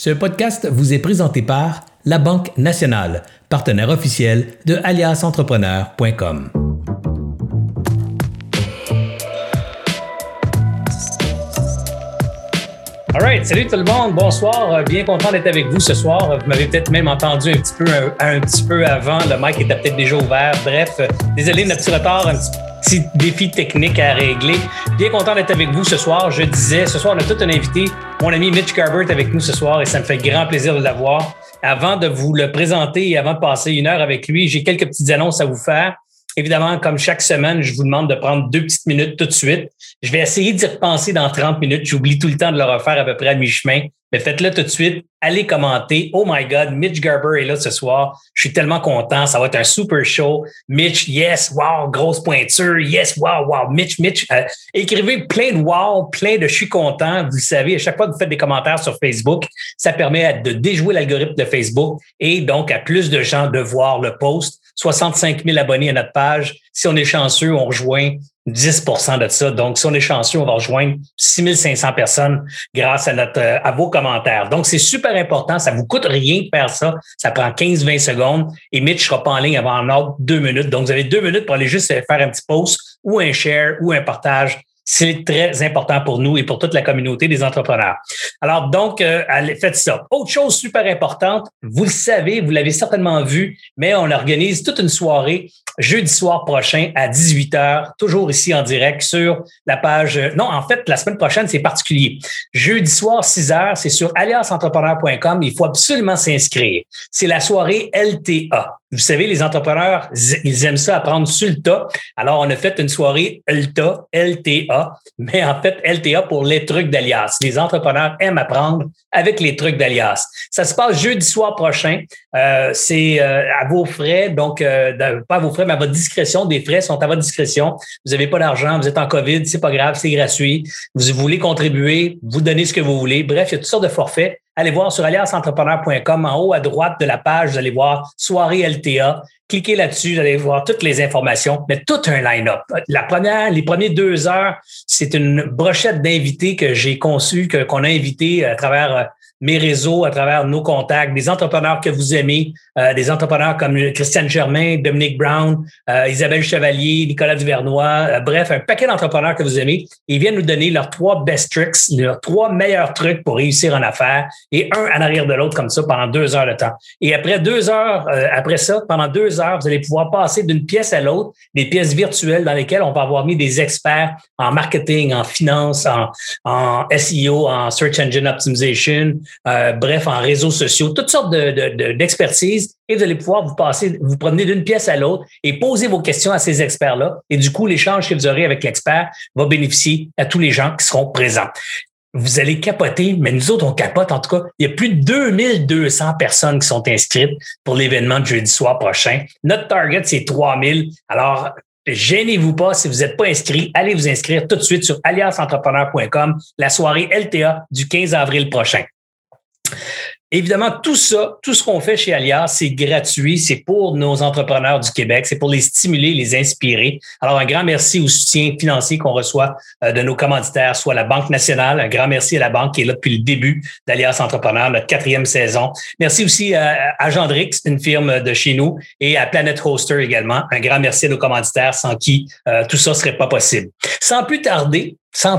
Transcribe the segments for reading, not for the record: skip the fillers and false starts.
Ce podcast vous est présenté par La Banque Nationale, partenaire officiel de aliasentrepreneur.com. All right, salut tout le monde, bonsoir, bien content d'être avec vous ce soir. Vous m'avez peut-être même entendu un petit peu avant, le mic était peut-être déjà ouvert. Bref, désolé de notre petit retard, un petit défi technique à régler. Bien content d'être avec vous ce soir. Je disais, ce soir, on a tout un invité. Mon ami Mitch Garber est avec nous ce soir et ça me fait grand plaisir de l'avoir. Avant de vous le présenter et avant de passer une heure avec lui, j'ai quelques petites annonces à vous faire. Évidemment, comme chaque semaine, je vous demande de prendre 2 petites minutes tout de suite. Je vais essayer d'y repenser dans 30 minutes. J'oublie tout le temps de le refaire à peu près à mi-chemin. Mais faites-le tout de suite. Allez commenter. Oh my God, Mitch Garber est là ce soir. Je suis tellement content. Ça va être un super show. Mitch, yes, wow, grosse pointure. Yes, wow, wow. Mitch. Écrivez plein de wow, plein de je suis content. Vous le savez, à chaque fois que vous faites des commentaires sur Facebook, ça permet de déjouer l'algorithme de Facebook et donc à plus de gens de voir le post. 65 000 abonnés à notre page. Si on est chanceux, on rejoint 10% de ça. Donc, si on est chanceux, on va rejoindre 6 500 personnes grâce à vos commentaires. Donc, c'est super important. Ça vous coûte rien de faire ça. Ça prend 15-20 secondes. Et Mitch sera pas en ligne avant un autre 2 minutes. Donc, vous avez 2 minutes pour aller juste faire un petit post ou un share ou un partage. C'est très important pour nous et pour toute la communauté des entrepreneurs. Alors donc, faites ça. Autre chose super importante, vous le savez, vous l'avez certainement vu, mais on organise toute une soirée jeudi soir prochain à 18h, toujours ici en direct sur la page. Non, en fait, la semaine prochaine, c'est particulier. Jeudi soir, 6h, c'est sur aliasentrepreneur.com. Il faut absolument s'inscrire. C'est la soirée LTA. Vous savez, les entrepreneurs, ils aiment ça apprendre sur le tas. Alors, on a fait une soirée LTA, mais en fait, LTA pour les trucs d'Alias. Les entrepreneurs aiment apprendre avec les trucs d'Alias. Ça se passe jeudi soir prochain. C'est à vos frais, donc pas à vos frais, mais à votre discrétion. Des frais sont à votre discrétion. Vous n'avez pas d'argent, vous êtes en COVID, c'est pas grave, c'est gratuit. Vous voulez contribuer, vous donnez ce que vous voulez. Bref, il y a toutes sortes de forfaits. Allez voir sur aliasentrepreneur.com. En haut à droite de la page, vous allez voir soirée LTA. Cliquez là-dessus, vous allez voir toutes les informations, mais tout un line-up. Les premiers 2 heures, c'est une brochette d'invités que j'ai conçu, qu'on a invité à travers mes réseaux, à travers nos contacts, des entrepreneurs que vous aimez, des entrepreneurs comme Christiane Germain, Dominique Brown, Isabelle Chevalier, Nicolas Duvernois, bref, un paquet d'entrepreneurs que vous aimez. Ils viennent nous donner leurs 3 best tricks, leurs 3 meilleurs trucs pour réussir en affaires et un en arrière de l'autre comme ça pendant 2 heures de temps. Et après 2 heures, après ça, pendant 2 heures, vous allez pouvoir passer d'une pièce à l'autre, des pièces virtuelles dans lesquelles on va avoir mis des experts en marketing, en finance, en SEO, en Search Engine Optimization, bref, en réseaux sociaux, toutes sortes d'expertises. Et vous allez pouvoir vous promener d'une pièce à l'autre et poser vos questions à ces experts-là. Et du coup, l'échange que vous aurez avec l'expert va bénéficier à tous les gens qui seront présents. Vous allez capoter, mais nous autres, on capote. En tout cas, il y a plus de 2200 personnes qui sont inscrites pour l'événement de jeudi soir prochain. Notre target, c'est 3000. Alors, gênez-vous pas. Si vous n'êtes pas inscrit, allez vous inscrire tout de suite sur aliasentrepreneur.com, la soirée LTA du 15 avril prochain. Évidemment, tout ça, tout ce qu'on fait chez Alias, c'est gratuit, c'est pour nos entrepreneurs du Québec, c'est pour les stimuler, les inspirer. Alors, un grand merci au soutien financier qu'on reçoit de nos commanditaires, soit la Banque Nationale, un grand merci à la Banque qui est là depuis le début d'Alias Entrepreneur, notre 4e saison. Merci aussi à Gendrix, une firme de chez nous, et à Planet Hoster également. Un grand merci à nos commanditaires sans qui tout ça serait pas possible. Sans plus tarder,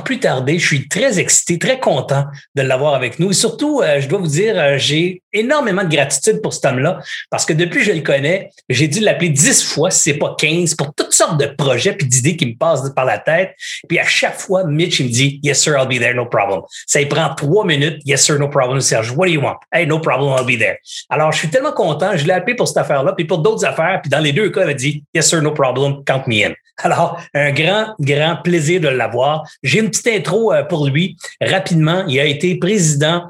je suis très excité, très content de l'avoir avec nous. Et surtout, je dois vous dire, j'ai énormément de gratitude pour cet homme-là parce que depuis que je le connais, j'ai dû l'appeler 10 fois, si c'est pas 15, pour toutes sortes de projets puis d'idées qui me passent par la tête. Puis à chaque fois, Mitch, il me dit « Yes, sir, I'll be there, no problem ». Ça il prend 3 minutes. « Yes, sir, no problem, Serge. What do you want? »« Hey, no problem, I'll be there ». Alors, je suis tellement content. Je l'ai appelé pour cette affaire-là puis pour d'autres affaires. Puis dans les 2 cas, il m'a dit « Yes, sir, no problem, count me in ». Alors, un grand plaisir de l'avoir. J'ai une petite intro pour lui. Rapidement, il est président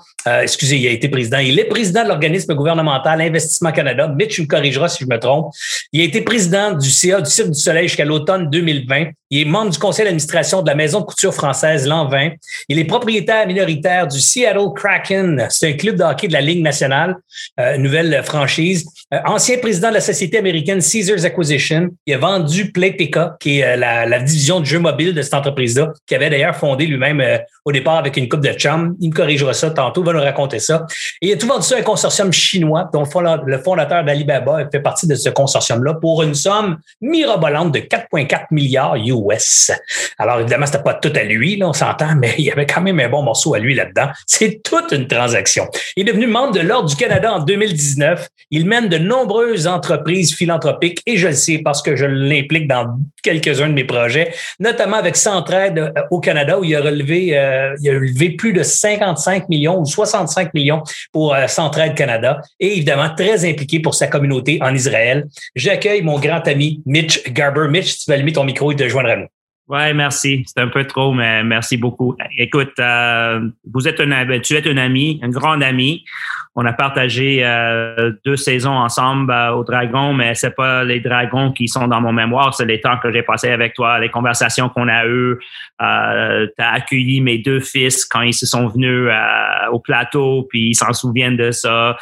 de l'organisme gouvernemental Investissement Canada. Mitch me corrigera si je me trompe. Il a été président du CA du Cirque du Soleil jusqu'à l'automne 2020. Il est membre du conseil d'administration de la maison de couture française Lanvin. Il est propriétaire minoritaire du Seattle Kraken. C'est un club de hockey de la Ligue nationale, nouvelle franchise. Ancien président de la société américaine Caesars Acquisition. Il a vendu Playtika, qui est la division de jeux mobiles de cette entreprise-là, qu'il avait d'ailleurs fondé lui-même au départ avec une couple de chums. Il me corrigera ça tantôt, il va nous raconter ça. Et il a tout vendu ça à un consortium chinois, dont le fondateur d'Alibaba fait partie de ce consortium-là pour une somme mirabolante de 4,4 milliards US. Alors, évidemment, c'était pas tout à lui, là, on s'entend, mais il y avait quand même un bon morceau à lui là-dedans. C'est toute une transaction. Il est devenu membre de l'Ordre du Canada en 2019. Il mène de nombreuses entreprises philanthropiques et je le sais parce que je l'implique dans quelques-uns de mes projets, notamment avec Centraide au Canada où il a levé plus de 55 millions ou 65 millions pour Centraide Canada et évidemment très impliqué pour sa communauté en Israël. J'accueille mon grand ami Mitch Garber. Mitch, si tu veux allumer ton micro et te joindre à nous. Ouais, merci. C'est un peu trop, mais merci beaucoup. Écoute, tu es un ami, un grand ami. On a partagé 2 saisons ensemble au Dragon, mais c'est pas les Dragons qui sont dans mon mémoire, c'est les temps que j'ai passés avec toi, les conversations qu'on a eues. T'as accueilli mes 2 fils quand ils se sont venus au plateau, puis ils s'en souviennent de ça.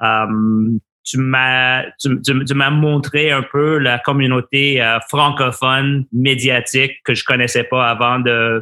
Tu m'as montré un peu la communauté francophone médiatique que je connaissais pas avant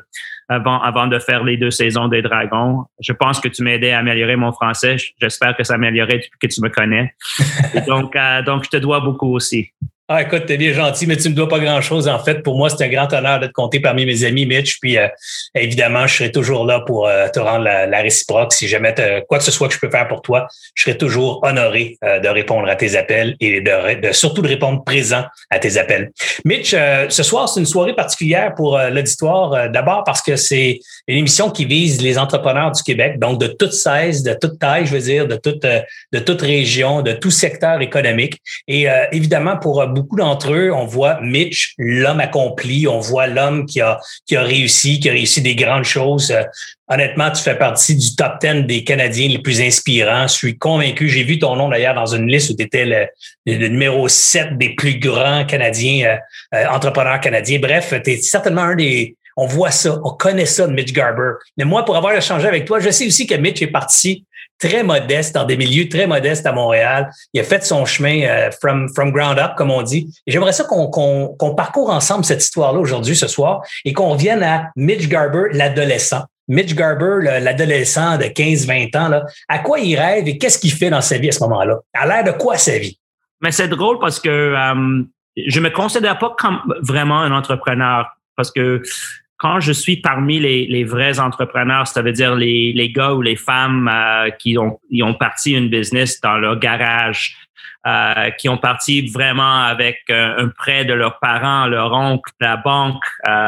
de faire les 2 saisons des Dragons. Je pense que tu m'as aidé à améliorer mon français. J'espère que ça a amélioré depuis que tu me connais. Et donc je te dois beaucoup aussi. Ah, écoute, t'es bien gentil, mais tu me dois pas grand-chose. En fait, pour moi, c'est un grand honneur de te compter parmi mes amis, Mitch. Puis, évidemment, je serai toujours là pour te rendre la réciproque. Si jamais quoi que ce soit que je peux faire pour toi, je serai toujours honoré de répondre à tes appels et surtout de répondre présent à tes appels. Mitch, ce soir, c'est une soirée particulière pour l'auditoire. D'abord parce que c'est une émission qui vise les entrepreneurs du Québec, donc de toute size, de toute taille, je veux dire, de toute région, de tout secteur économique. Et évidemment, pour beaucoup d'entre eux, on voit Mitch, l'homme accompli, on voit l'homme qui a réussi des grandes choses. Honnêtement, tu fais partie du top 10 des Canadiens les plus inspirants. Je suis convaincu. J'ai vu ton nom d'ailleurs dans une liste où tu étais le numéro 7 des plus grands Canadiens, entrepreneurs canadiens. Bref, tu es certainement on voit ça, on connaît ça de Mitch Garber. Mais moi, pour avoir échangé avec toi, je sais aussi que Mitch est parti très modeste, dans des milieux très modestes à Montréal. Il a fait son chemin from ground up, comme on dit. Et j'aimerais ça qu'on parcourt ensemble cette histoire-là aujourd'hui, ce soir, et qu'on revienne à Mitch Garber, l'adolescent. Mitch Garber, l'adolescent de 15-20 ans, là, à quoi il rêve et qu'est-ce qu'il fait dans sa vie à ce moment-là? À l'air de quoi sa vie? Mais c'est drôle parce que je me considère pas comme vraiment un entrepreneur parce que quand je suis parmi les vrais entrepreneurs, ça veut dire les gars ou les femmes qui ont parti une business dans leur garage, qui ont parti vraiment avec un prêt de leurs parents, leur oncle, la banque,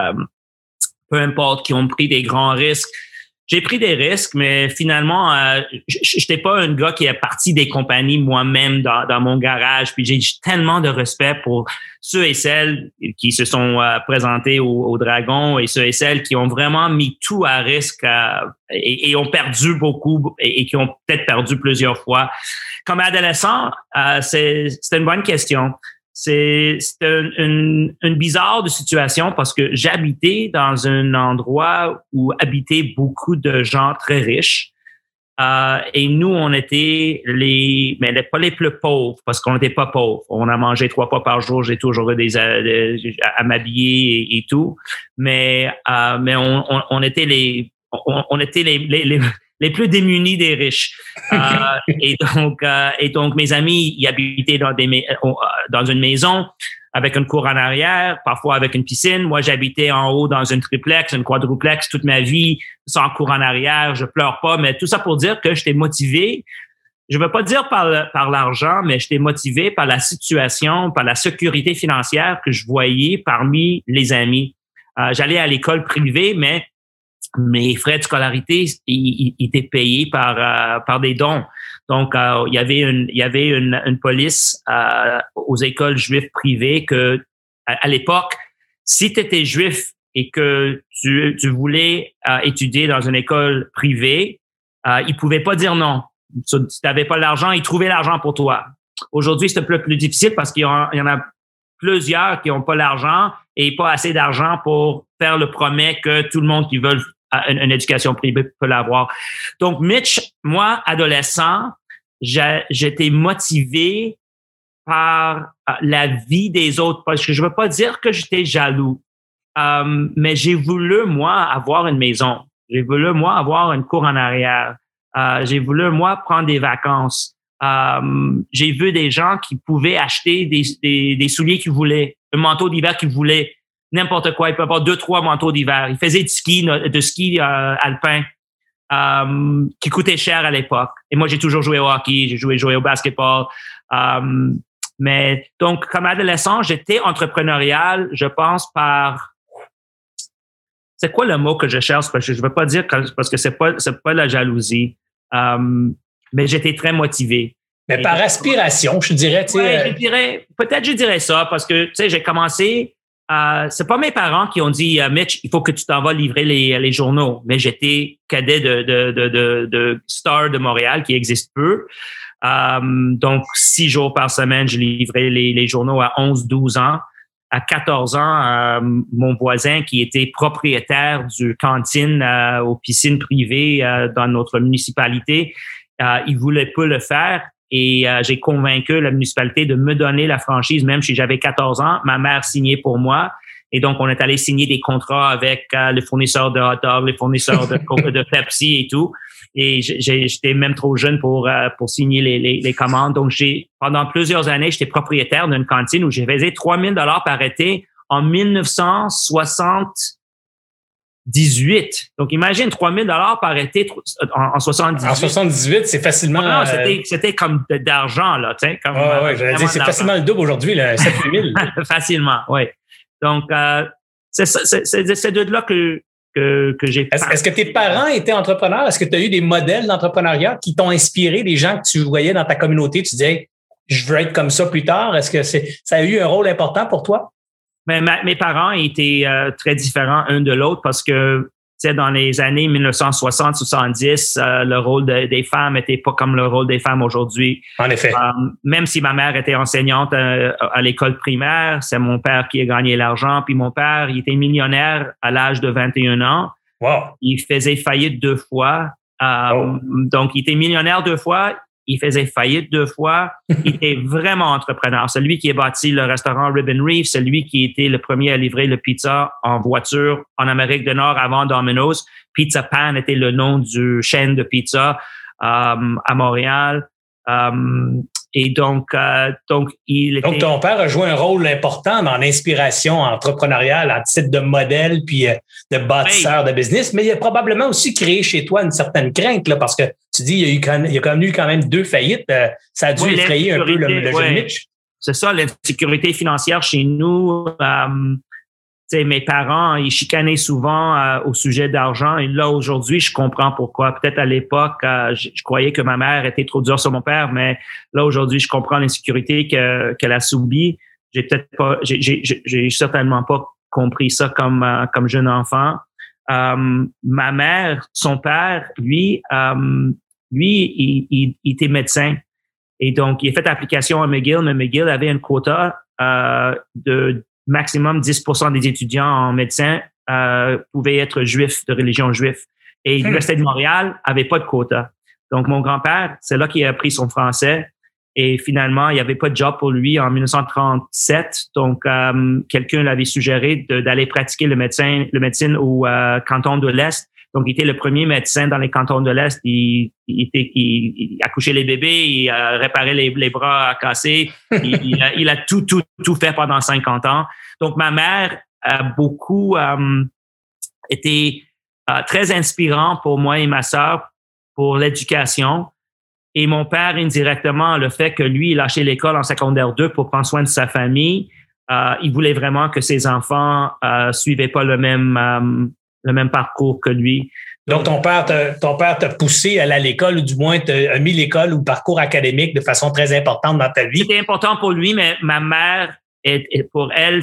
peu importe, qui ont pris des grands risques. J'ai pris des risques, mais finalement, j'étais pas un gars qui est parti des compagnies moi-même dans mon garage. Puis j'ai tellement de respect pour ceux et celles qui se sont présentés au Dragon et ceux et celles qui ont vraiment mis tout à risque et ont perdu beaucoup et qui ont peut-être perdu plusieurs fois. Comme adolescent, c'est une bonne question. C'est une bizarre de situation parce que j'habitais dans un endroit où habitaient beaucoup de gens très riches. Et nous, on était pas les plus pauvres parce qu'on n'était pas pauvres. On a mangé 3 fois par jour. J'ai toujours eu à m'habiller et tout. Mais on était les plus démunis des riches. Et donc mes amis, ils habitaient dans une maison avec une cour en arrière, parfois avec une piscine. Moi, j'habitais en haut dans une triplex, une quadruplex toute ma vie, sans cour en arrière. Je pleure pas, mais tout ça pour dire que j'étais motivé. Je veux pas dire par l'argent, mais j'étais motivé par la situation, par la sécurité financière que je voyais parmi les amis. J'allais à l'école privée, mais mes frais de scolarité, ils étaient payés par des dons. Donc, il y avait une police aux écoles juives privées que, à l'époque, si tu étais juif et que tu voulais étudier dans une école privée, ils pouvaient pas dire non. Si tu n'avais pas l'argent, ils trouvaient l'argent pour toi. Aujourd'hui, c'est un peu plus difficile parce qu'il y en a plusieurs qui n'ont pas l'argent et pas assez d'argent pour faire le promet que tout le monde qui veut une éducation privée peut l'avoir. Donc, Mitch, moi, adolescent, j'étais motivé par la vie des autres, parce que je veux pas dire que j'étais jaloux, mais j'ai voulu, moi, avoir une maison. J'ai voulu, moi, avoir une cour en arrière. J'ai voulu, moi, prendre des vacances. J'ai vu des gens qui pouvaient acheter des souliers qu'ils voulaient, un manteau d'hiver qu'ils voulaient, n'importe quoi. Ils peuvent avoir 2-3 manteaux d'hiver. Ils faisaient du ski alpin qui coûtait cher à l'époque. Et moi, j'ai toujours joué au hockey, j'ai joué au basketball. Mais donc, comme adolescent, j'étais entrepreneurial, je pense, par... C'est quoi le mot que je cherche? Parce que je veux pas dire parce que c'est pas la jalousie. Mais j'étais très motivé. Mais par aspiration, je dirais, tu sais. Peut-être je dirais ça parce que, tu sais, j'ai commencé, c'est pas mes parents qui ont dit, Mitch, il faut que tu t'en vas livrer les journaux. Mais j'étais cadet de Star de Montréal qui existe peu. Donc, 6 jours par semaine, je livrais les journaux à 11-12 ans. À 14 ans, mon voisin qui était propriétaire du cantine aux piscines privées dans notre municipalité, il voulait pas le faire et j'ai convaincu la municipalité de me donner la franchise même si j'avais 14 ans. Ma mère signait pour moi et donc on est allé signer des contrats avec les fournisseurs de hot dogs, les fournisseurs de Pepsi et tout. Et j'étais même trop jeune pour signer les commandes. Donc, pendant plusieurs années, j'étais propriétaire d'une cantine où je faisais $3,000 par été en 1978. Donc, imagine $3,000 par été en 78. En 78, c'est facilement... Non, c'était comme d'argent, là, tu sais. Ouais, j'allais dire, c'est facilement le double aujourd'hui, 7-8 000. Facilement, oui. Donc, c'est de là que j'ai... Est-ce que tes parents étaient entrepreneurs? Est-ce que tu as eu des modèles d'entrepreneuriat qui t'ont inspiré, des gens que tu voyais dans ta communauté? Tu disais, je veux être comme ça plus tard. Est-ce que ça a eu un rôle important pour toi? Mais mes parents étaient très différents un de l'autre parce que, tu sais, dans les années 1960-70, le rôle des femmes était pas comme le rôle des femmes aujourd'hui. En effet. Même si ma mère était enseignante à l'école primaire, c'est mon père qui a gagné l'argent. Puis mon père, il était millionnaire à l'âge de 21 ans. Wow. Il faisait faillite 2 fois. Donc, il était millionnaire 2 fois. Il faisait faillite 2 fois. Il était vraiment entrepreneur. C'est lui qui a bâti le restaurant Ribbon Reef. C'est lui qui était le premier à livrer le pizza en voiture en Amérique du Nord avant Domino's. Pizza Pan était le nom du chaîne de pizza à Montréal. Et donc il était... Donc, ton père a joué un rôle important dans l'inspiration entrepreneuriale en titre de modèle puis de bâtisseur de business, mais il a probablement aussi créé chez toi une certaine crainte, là, parce que tu dis il y a quand même 2 faillites. Ça a dû effrayer un peu le jeune Mitch. C'est ça, l'insécurité financière chez nous. Mes parents, ils chicanaient souvent au sujet d'argent. Et là, aujourd'hui, je comprends pourquoi. Peut-être à l'époque, je croyais que ma mère était trop dure sur mon père, mais là, aujourd'hui, je comprends l'insécurité qu'elle a subie. J'ai certainement pas compris ça comme jeune enfant. Ma mère, son père, lui, il était médecin. Et donc, il a fait application à McGill, mais McGill avait un quota de maximum 10% des étudiants en médecine pouvaient être juifs, de religion juive. Et l'Université de Montréal avait pas de quota. Donc, mon grand-père, c'est là qu'il a appris son français. Et finalement, il n'y avait pas de job pour lui en 1937. Donc, quelqu'un l'avait suggéré d'aller pratiquer le médecine au canton de l'Est. Donc, il était le premier médecin dans les cantons de l'Est. Il accouchait les bébés, il réparait les bras cassés. Il a tout fait pendant 50 ans. Donc, ma mère a beaucoup été très inspirant pour moi et ma sœur pour l'éducation. Et mon père, indirectement, le fait que lui, il a lâché l'école en secondaire 2 pour prendre soin de sa famille. Il voulait vraiment que ses enfants suivaient pas le même parcours que lui. Donc, ton père t'a poussé à aller à l'école, ou du moins t'a mis l'école ou le parcours académique de façon très importante dans ta vie. C'était important pour lui, mais ma mère, pour elle,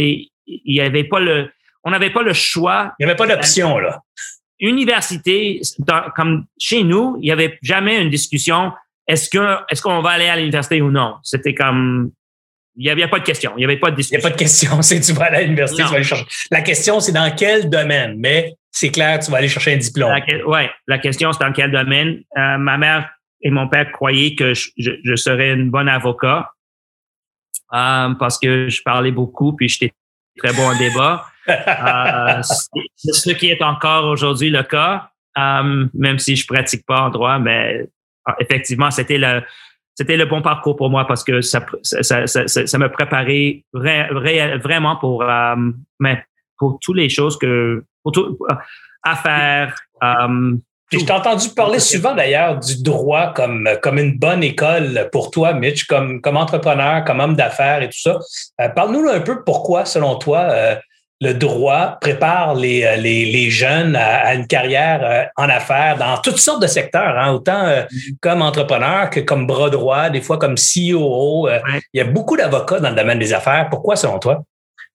on n'avait pas le choix. Il n'y avait pas d'option, là. Université, comme chez nous, il n'y avait jamais une discussion, est-ce qu'on va aller à l'université ou non? C'était comme, Il y avait pas de question. Il n'y avait pas de discussion. Il n'y a pas de question. C'est tu vas aller à l'université, tu vas aller chercher. La question, c'est dans quel domaine, mais c'est clair, tu vas aller chercher un diplôme. La question, c'est dans quel domaine. Ma mère et mon père croyaient que je serais une bonne avocat parce que je parlais beaucoup puis j'étais très bon en débat. C'est ce qui est encore aujourd'hui le cas, même si je pratique pas en droit, mais effectivement, c'était le bon parcours pour moi parce que ça me préparait vraiment pour toutes les choses à faire. Puis je t'ai entendu parler souvent d'ailleurs du droit comme une bonne école pour toi, Mitch, comme entrepreneur, comme homme d'affaires et tout ça. Parle-nous un peu pourquoi, selon toi, le droit prépare les jeunes à une carrière en affaires dans toutes sortes de secteurs, hein, autant comme entrepreneur que comme bras droit, des fois comme COO. Il y a beaucoup d'avocats dans le domaine des affaires. Pourquoi, selon toi?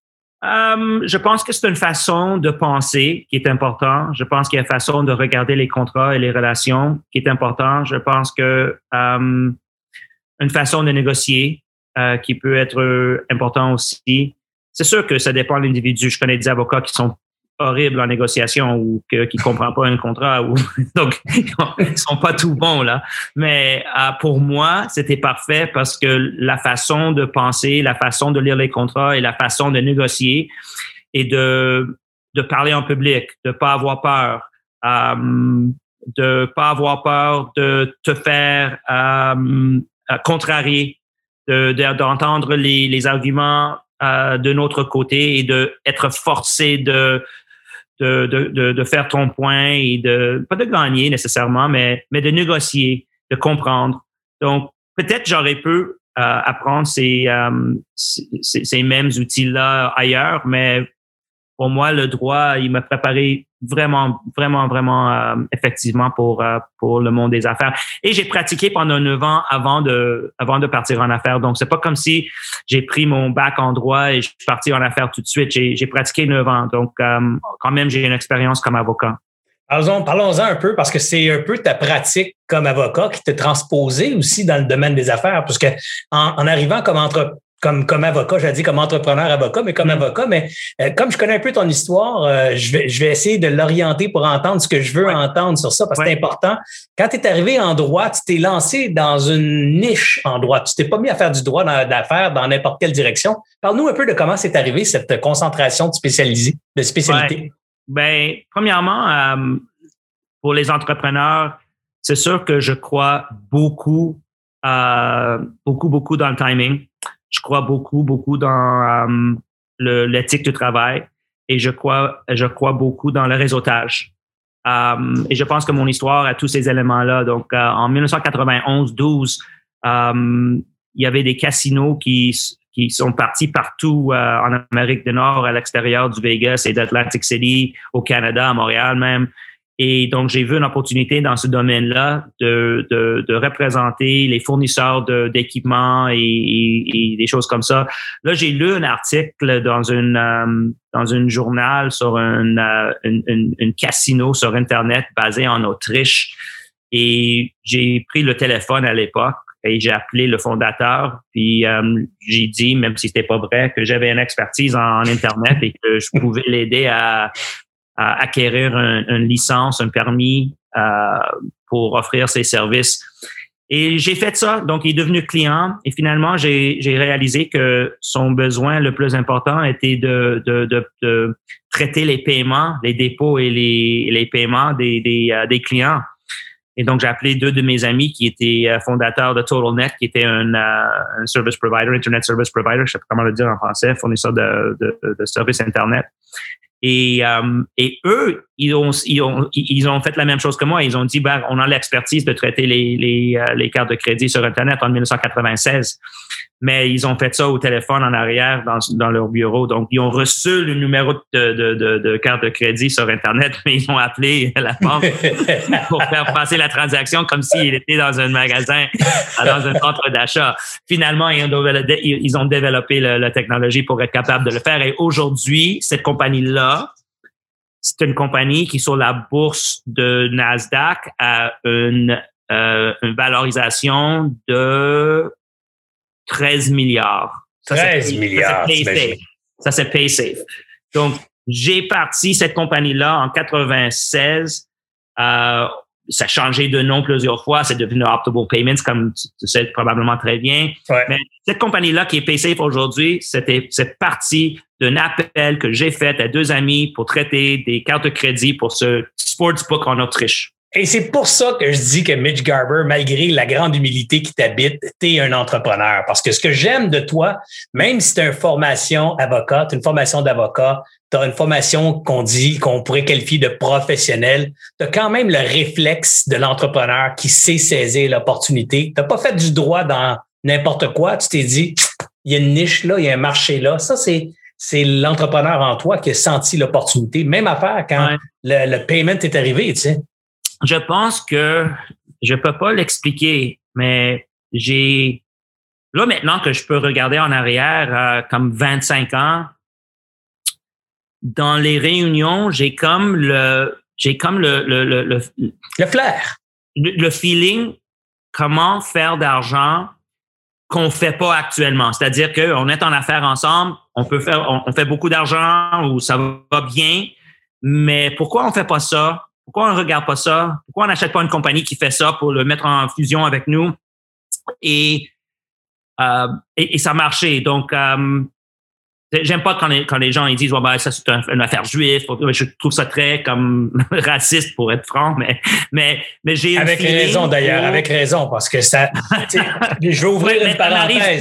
Je pense que c'est une façon de penser qui est importante. Je pense qu'il y a une façon de regarder les contrats et les relations qui est importante. Je pense que une façon de négocier qui peut être important aussi. C'est sûr que ça dépend de l'individu. Je connais des avocats qui sont horribles en négociation ou qui comprennent pas un contrat ou donc ils sont pas tout bons là. Mais pour moi, c'était parfait parce que la façon de penser, la façon de lire les contrats et la façon de négocier et de parler en public, de pas avoir peur, de pas avoir peur de te faire contrarier, d'entendre les arguments de notre côté et de être forcé de faire ton point et pas de gagner nécessairement, mais de négocier, de comprendre. Donc, peut-être j'aurais pu apprendre ces mêmes outils-là ailleurs, mais pour moi, le droit, il m'a préparé vraiment effectivement pour le monde des affaires. Et j'ai pratiqué pendant 9 ans avant de partir en affaires. Donc, c'est pas comme si j'ai pris mon bac en droit et je suis parti en affaires tout de suite. J'ai pratiqué 9 ans. Donc, quand même, j'ai une expérience comme avocat. Parlons-en un peu parce que c'est un peu ta pratique comme avocat qui t'a transposé aussi dans le domaine des affaires. Parce que en arrivant comme avocat, j'ai dit comme entrepreneur avocat, mais comme avocat, mais comme je connais un peu ton histoire, je vais essayer de l'orienter pour entendre ce que je veux entendre sur ça, parce que c'est important. Quand tu es arrivé en droit, tu t'es lancé dans une niche en droit. Tu t'es pas mis à faire du droit d'affaires dans n'importe quelle direction. Parle-nous un peu de comment c'est arrivé cette concentration de spécialité. Ouais. Premièrement, pour les entrepreneurs, c'est sûr que je crois beaucoup dans le timing. Je crois beaucoup dans l'éthique du travail et je crois beaucoup dans le réseautage. Et je pense que mon histoire a tous ces éléments-là. Donc, en 1991-12, il y avait des casinos qui sont partis partout en Amérique du Nord, à l'extérieur du Vegas et d'Atlantic City, au Canada, à Montréal même. Et donc, j'ai vu une opportunité dans ce domaine-là de représenter les fournisseurs d'équipements et des choses comme ça. Là, j'ai lu un article dans une journal sur une casino sur Internet basé en Autriche. Et j'ai pris le téléphone à l'époque et j'ai appelé le fondateur. Puis, j'ai dit, même si c'était pas vrai, que j'avais une expertise en Internet et que je pouvais l'aider à acquérir une licence, un permis pour offrir ses services. Et j'ai fait ça. Donc, il est devenu client. Et finalement, j'ai réalisé que son besoin le plus important était de traiter les paiements, les dépôts et les paiements des clients. Et donc, j'ai appelé 2 de mes amis qui étaient fondateurs de TotalNet, qui était un service provider, Internet service provider, je sais pas comment le dire en français, fournisseur de services Internet. Et eux, ils ont fait la même chose que moi. Ils ont dit, on a l'expertise de traiter les cartes de crédit sur Internet en 1996. Mais ils ont fait ça au téléphone en arrière dans leur bureau. Donc, ils ont reçu le numéro de carte de crédit sur Internet, mais ils ont appelé la banque pour faire passer la transaction comme s'il était dans un magasin, dans un centre d'achat. Finalement, ils ont développé la technologie pour être capable de le faire. Et aujourd'hui, cette compagnie-là, c'est une compagnie qui, sur la bourse de Nasdaq, a une valorisation de 13 milliards. 13 milliards. Ça, c'est PaySafe. Donc, j'ai parti cette compagnie-là en 96. Ça a changé de nom plusieurs fois. C'est devenu Optimal Payments, comme tu sais probablement très bien. Ouais. Mais cette compagnie-là qui est PaySafe aujourd'hui, c'est parti d'un appel que j'ai fait à 2 amis pour traiter des cartes de crédit pour ce sportsbook en Autriche. Et c'est pour ça que je dis que Mitch Garber, malgré la grande humilité qui t'habite, t'es un entrepreneur. Parce que ce que j'aime de toi, même si tu as une formation avocat, tu as une formation d'avocat, tu as une formation qu'on pourrait qualifier de professionnelle, tu as quand même le réflexe de l'entrepreneur qui sait saisir l'opportunité. Tu n'as pas fait du droit dans n'importe quoi. Tu t'es dit, il y a une niche là, il y a un marché là. Ça, c'est l'entrepreneur en toi qui a senti l'opportunité. Même affaire quand le payment est arrivé, tu sais. Je pense que je peux pas l'expliquer, mais là maintenant que je peux regarder en arrière comme 25 ans, dans les réunions, j'ai comme le flair, le feeling comment faire d'argent qu'on fait pas actuellement. C'est-à-dire qu'on est en affaires ensemble, on fait beaucoup d'argent ou ça va bien, mais pourquoi on fait pas ça? Pourquoi on ne regarde pas ça? Pourquoi on n'achète pas une compagnie qui fait ça pour le mettre en fusion avec nous? Et ça marchait. Donc, j'aime pas quand les gens ils disent ça c'est une affaire juive. Je trouve ça très comme raciste pour être franc, mais j'ai avec raison d'ailleurs, avec raison parce que ça. Je vais ouvrir une parenthèse.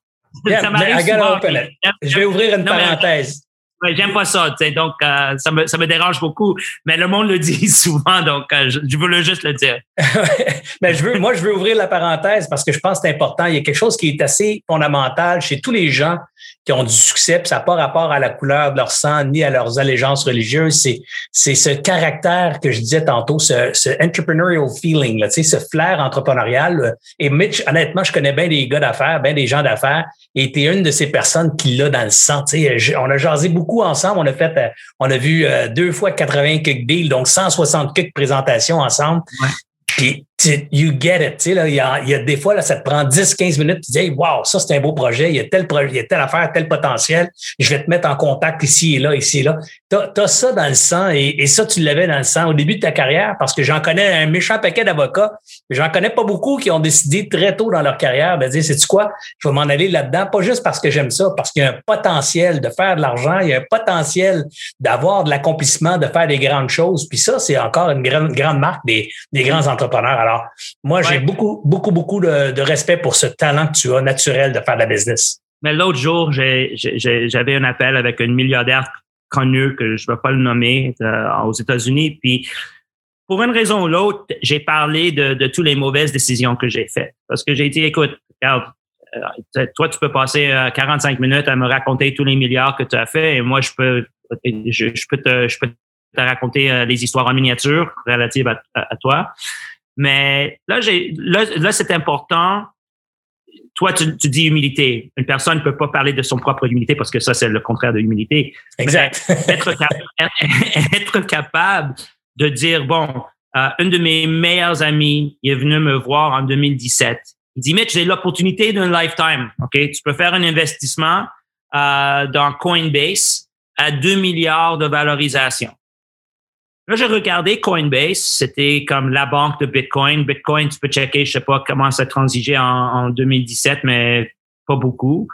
Je vais ouvrir une parenthèse. Ouais, j'aime pas ça, tu sais, donc ça me dérange beaucoup, mais le monde le dit souvent, donc je voulais juste le dire. Mais je veux ouvrir la parenthèse parce que je pense que c'est important. Il y a quelque chose qui est assez fondamental chez tous les gens qui ont du succès, puis ça n'a pas rapport à la couleur de leur sang ni à leurs allégeances religieuses. C'est ce caractère que je disais tantôt, ce entrepreneurial feeling, là, tu sais, ce flair entrepreneurial. Et Mitch, honnêtement, je connais bien des gars d'affaires, bien des gens d'affaires, et tu es une de ces personnes qui l'a dans le sang. Tu sais, on a jasé beaucoup ensemble. On a vu 2 fois 80 quelques deals, donc 160 quelques présentations ensemble. Ouais. Puis, you get it. Tu sais, là, il y a des fois, là, ça te prend 10-15 minutes. Tu dis, hey, wow, ça, c'est un beau projet. Il y a telle affaire, tel potentiel. Je vais te mettre en contact ici et là, ici et là. T'as ça dans le sang et ça, tu l'avais dans le sang au début de ta carrière parce que j'en connais un méchant paquet d'avocats. J'en connais pas beaucoup qui ont décidé très tôt dans leur carrière de dire, sais-tu quoi? Je vais m'en aller là-dedans. Pas juste parce que j'aime ça, parce qu'il y a un potentiel de faire de l'argent. Il y a un potentiel d'avoir de l'accomplissement, de faire des grandes choses. Puis ça, c'est encore une grande marque des grands entrepreneurs. Alors, moi, j'ai beaucoup de respect pour ce talent que tu as naturel de faire de la business. Mais l'autre jour, j'avais un appel avec un milliardaire connu que je ne vais pas le nommer aux États-Unis. Puis, pour une raison ou l'autre, j'ai parlé de toutes les mauvaises décisions que j'ai faites. Parce que j'ai dit, écoute, regarde, toi, tu peux passer 45 minutes à me raconter tous les milliards que tu as fait et moi, je peux te raconter les histoires en miniature relatives à toi. Mais là, c'est important. Toi, tu dis humilité. Une personne ne peut pas parler de son propre humilité parce que ça, c'est le contraire de l'humilité. Exact. Être capable de dire, bon, une de mes meilleures amies est venue me voir en 2017. Il dit, Mitch, j'ai l'opportunité d'un lifetime. OK? Tu peux faire un investissement dans Coinbase à 2 milliards de valorisation. Là, j'ai regardé Coinbase, c'était comme la banque de Bitcoin. Bitcoin, tu peux checker, je sais pas comment ça transigeait en 2017, mais pas beaucoup.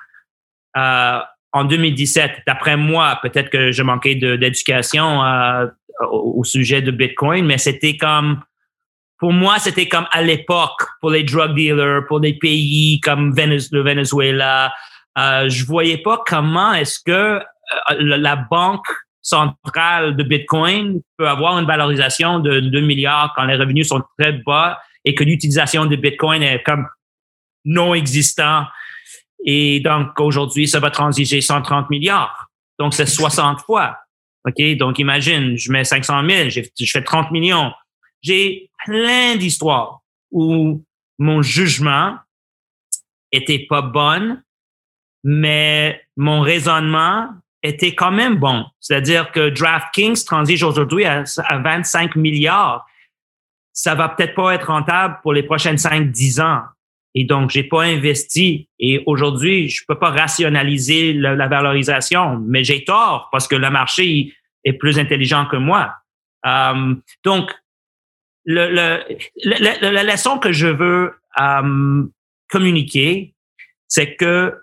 En 2017, d'après moi, peut-être que je manquais d'éducation au sujet de Bitcoin, mais c'était comme, pour moi, c'était comme à l'époque, pour les drug dealers, pour des pays comme le Venezuela. Je voyais pas comment est-ce que la banque centrale de Bitcoin peut avoir une valorisation de 2 milliards quand les revenus sont très bas et que l'utilisation de Bitcoin est comme non existant. Et donc, aujourd'hui, ça va transiger 130 milliards. Donc, c'est 60 fois. OK? Donc, imagine, je mets 500 000, je fais 30 millions. J'ai plein d'histoires où mon jugement était pas bon, mais mon raisonnement était quand même bon. C'est-à-dire que DraftKings transige aujourd'hui à 25 milliards. Ça va peut-être pas être rentable pour les prochaines 5-10 ans. Et donc, j'ai pas investi. Et aujourd'hui, je peux pas rationaliser la valorisation, mais j'ai tort parce que le marché est plus intelligent que moi. Donc, la leçon que je veux communiquer, c'est que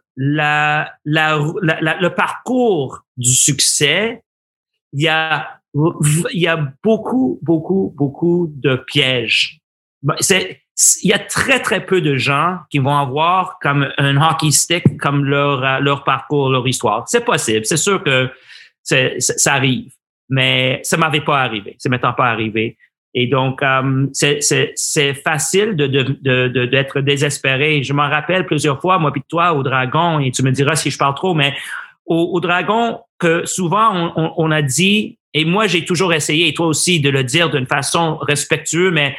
le parcours du succès, il y a beaucoup de pièges. Il y a très, très peu de gens qui vont avoir comme un hockey stick comme leur parcours, leur histoire. C'est possible. C'est sûr que ça arrive, mais ça m'avait pas arrivé. Ça m'étant pas arrivé. Et donc, c'est facile d'être désespéré. Je m'en rappelle plusieurs fois, moi puis toi, au Dragon, et tu me diras si je parle trop, mais au Dragon, que souvent on a dit, et moi j'ai toujours essayé, et toi aussi, de le dire d'une façon respectueuse, mais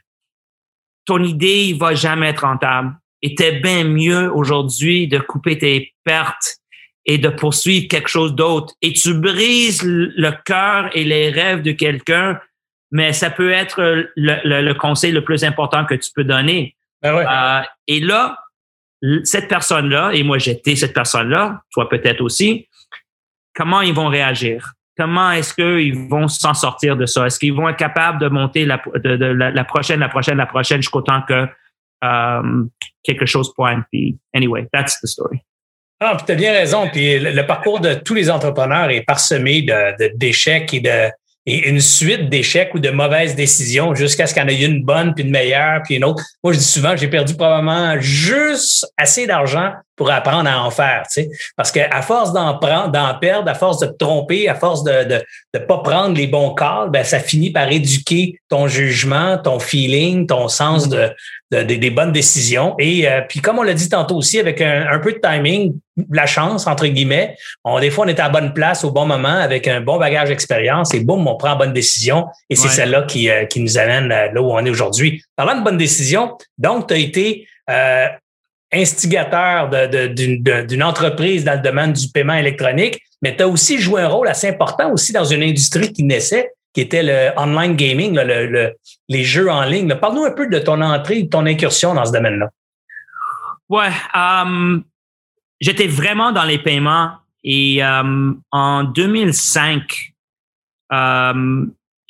ton idée, il va jamais être rentable. Et t'es bien mieux aujourd'hui de couper tes pertes et de poursuivre quelque chose d'autre. Et tu brises le cœur et les rêves de quelqu'un, mais ça peut être le conseil le plus important que tu peux donner. Ben ouais. Et là, cette personne-là, et moi j'étais cette personne-là, toi peut-être aussi, comment ils vont réagir? Comment est-ce qu'ils vont s'en sortir de ça? Est-ce qu'ils vont être capables de monter la prochaine jusqu'au temps que quelque chose pointe? Puis, anyway, that's the story. Ah, puis tu as bien raison. Puis le parcours de tous les entrepreneurs est parsemé d'échecs et une suite d'échecs ou de mauvaises décisions jusqu'à ce qu'il y en ait une bonne, puis une meilleure, puis une autre. Moi, je dis souvent, j'ai perdu probablement juste assez d'argent pour apprendre à en faire, tu sais. Parce que à force d'en perdre, à force de te tromper, à force de pas prendre les bons calls, ben ça finit par éduquer ton jugement, ton feeling, ton sens des bonnes décisions. Et puis comme on l'a dit tantôt aussi, avec un peu de timing, la chance, entre guillemets, des fois on est à la bonne place au bon moment avec un bon bagage d'expérience et boum, on prend la bonne décision. Et c'est celle-là qui nous amène là où on est aujourd'hui. Parlant de bonne décision, donc tu as été instigateur d'une entreprise dans le domaine du paiement électronique, mais tu as aussi joué un rôle assez important aussi dans une industrie qui naissait, qui était le online gaming, les jeux en ligne. Parle-nous un peu de ton entrée, de ton incursion dans ce domaine-là. Ouais, j'étais vraiment dans les paiements et en 2005, on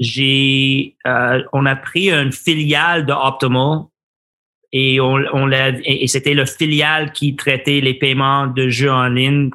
a pris une filiale de Optimal. Et et c'était le filiale qui traitait les paiements de jeux en ligne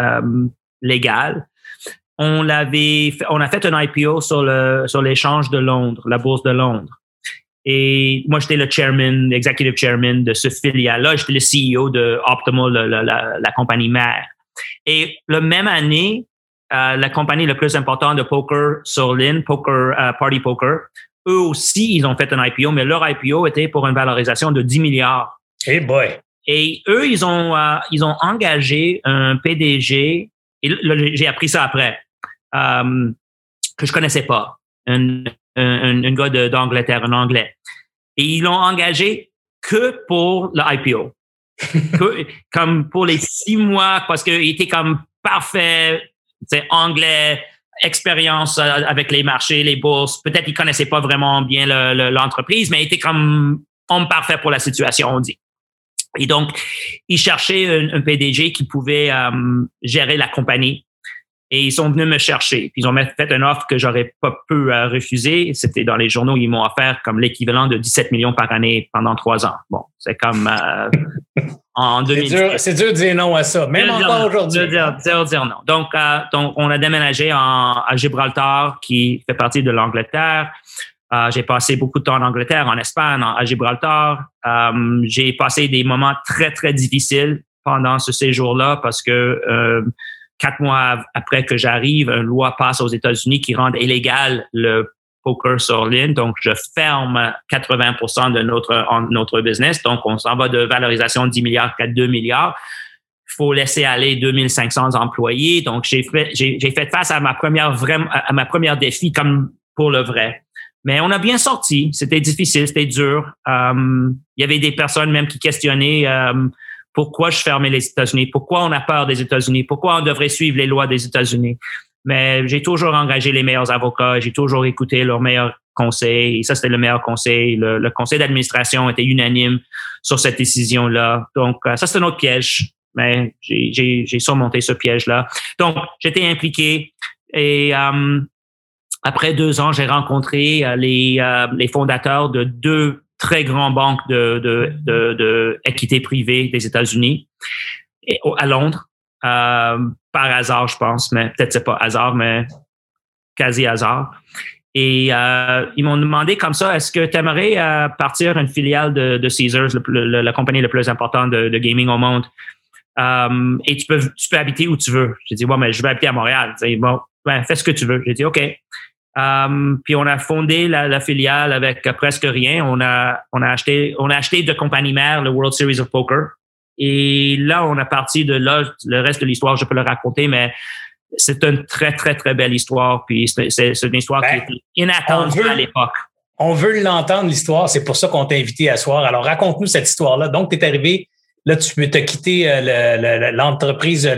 légal. On a fait un IPO sur l'échange de Londres, la bourse de Londres. Et moi, j'étais le executive chairman de ce filiale-là. J'étais le CEO de Optimal, la compagnie mère. Et la même année, la compagnie la plus importante de poker sur ligne, Party Poker, eux aussi, ils ont fait un IPO, mais leur IPO était pour une valorisation de 10 milliards. Hey boy! Et eux, ils ont engagé un PDG, et là, j'ai appris ça après, que je connaissais pas, un gars d'Angleterre, un Anglais. Et ils l'ont engagé que pour le IPO. Comme pour les 6 mois, parce qu'il était comme parfait, c'est anglais, expérience avec les marchés, les bourses. Peut-être qu'il connaissait pas vraiment bien l'entreprise, mais il était comme homme parfait pour la situation, on dit. Et donc, il cherchait un PDG qui pouvait gérer la compagnie. Et ils sont venus me chercher. Puis ils ont fait une offre que j'aurais pas pu refuser. C'était dans les journaux, ils m'ont offert comme l'équivalent de 17 millions par année pendant 3 ans. Bon, c'est comme en 2010. C'est dur de dire non à ça, même encore aujourd'hui. C'est dur de dire non. Donc, on a déménagé à Gibraltar, qui fait partie de l'Angleterre. J'ai passé beaucoup de temps en Angleterre, en Espagne, à Gibraltar. J'ai passé des moments très, très difficiles pendant ce séjour-là parce que 4 mois après que j'arrive, une loi passe aux États-Unis qui rend illégal le poker sur ligne. Donc, je ferme 80% de notre business. Donc, on s'en va de valorisation de 10 milliards à 2 milliards. Il faut laisser aller 2500 employés. Donc, j'ai fait face à ma première défi comme pour le vrai. Mais on a bien sorti. C'était difficile, c'était dur. Il y avait des personnes même qui questionnaient pourquoi je fermais les États-Unis, pourquoi on a peur des États-Unis, pourquoi on devrait suivre les lois des États-Unis. Mais j'ai toujours engagé les meilleurs avocats, j'ai toujours écouté leurs meilleurs conseil. Et ça, c'était le meilleur conseil. Le conseil d'administration était unanime sur cette décision-là. Donc, ça, c'est un autre piège. Mais j'ai surmonté ce piège-là. Donc, j'étais impliqué et après 2 ans, j'ai rencontré les fondateurs de 2 très grandes banques de équité privée des États-Unis à Londres. Par hasard, je pense, mais peut-être c'est pas hasard, mais quasi hasard. Et ils m'ont demandé comme ça, est-ce que tu aimerais partir une filiale de Caesars, la compagnie la plus importante de gaming au monde? Et tu peux habiter où tu veux. J'ai dit, bon, mais je vais habiter à Montréal. J'ai dit, bon, fais ce que tu veux. J'ai dit, OK. Puis on a fondé la filiale avec presque rien. On a acheté de compagnie mère le World Series of Poker. Et là, on a parti de là. Le reste de l'histoire, je peux le raconter, mais c'est une très, très, très belle histoire. Puis c'est une histoire qui était inattendue à l'époque. On veut l'entendre, l'histoire. C'est pour ça qu'on t'a invité à soir. Alors, raconte-nous cette histoire-là. Donc, tu es arrivé, là, tu as quitté l'entreprise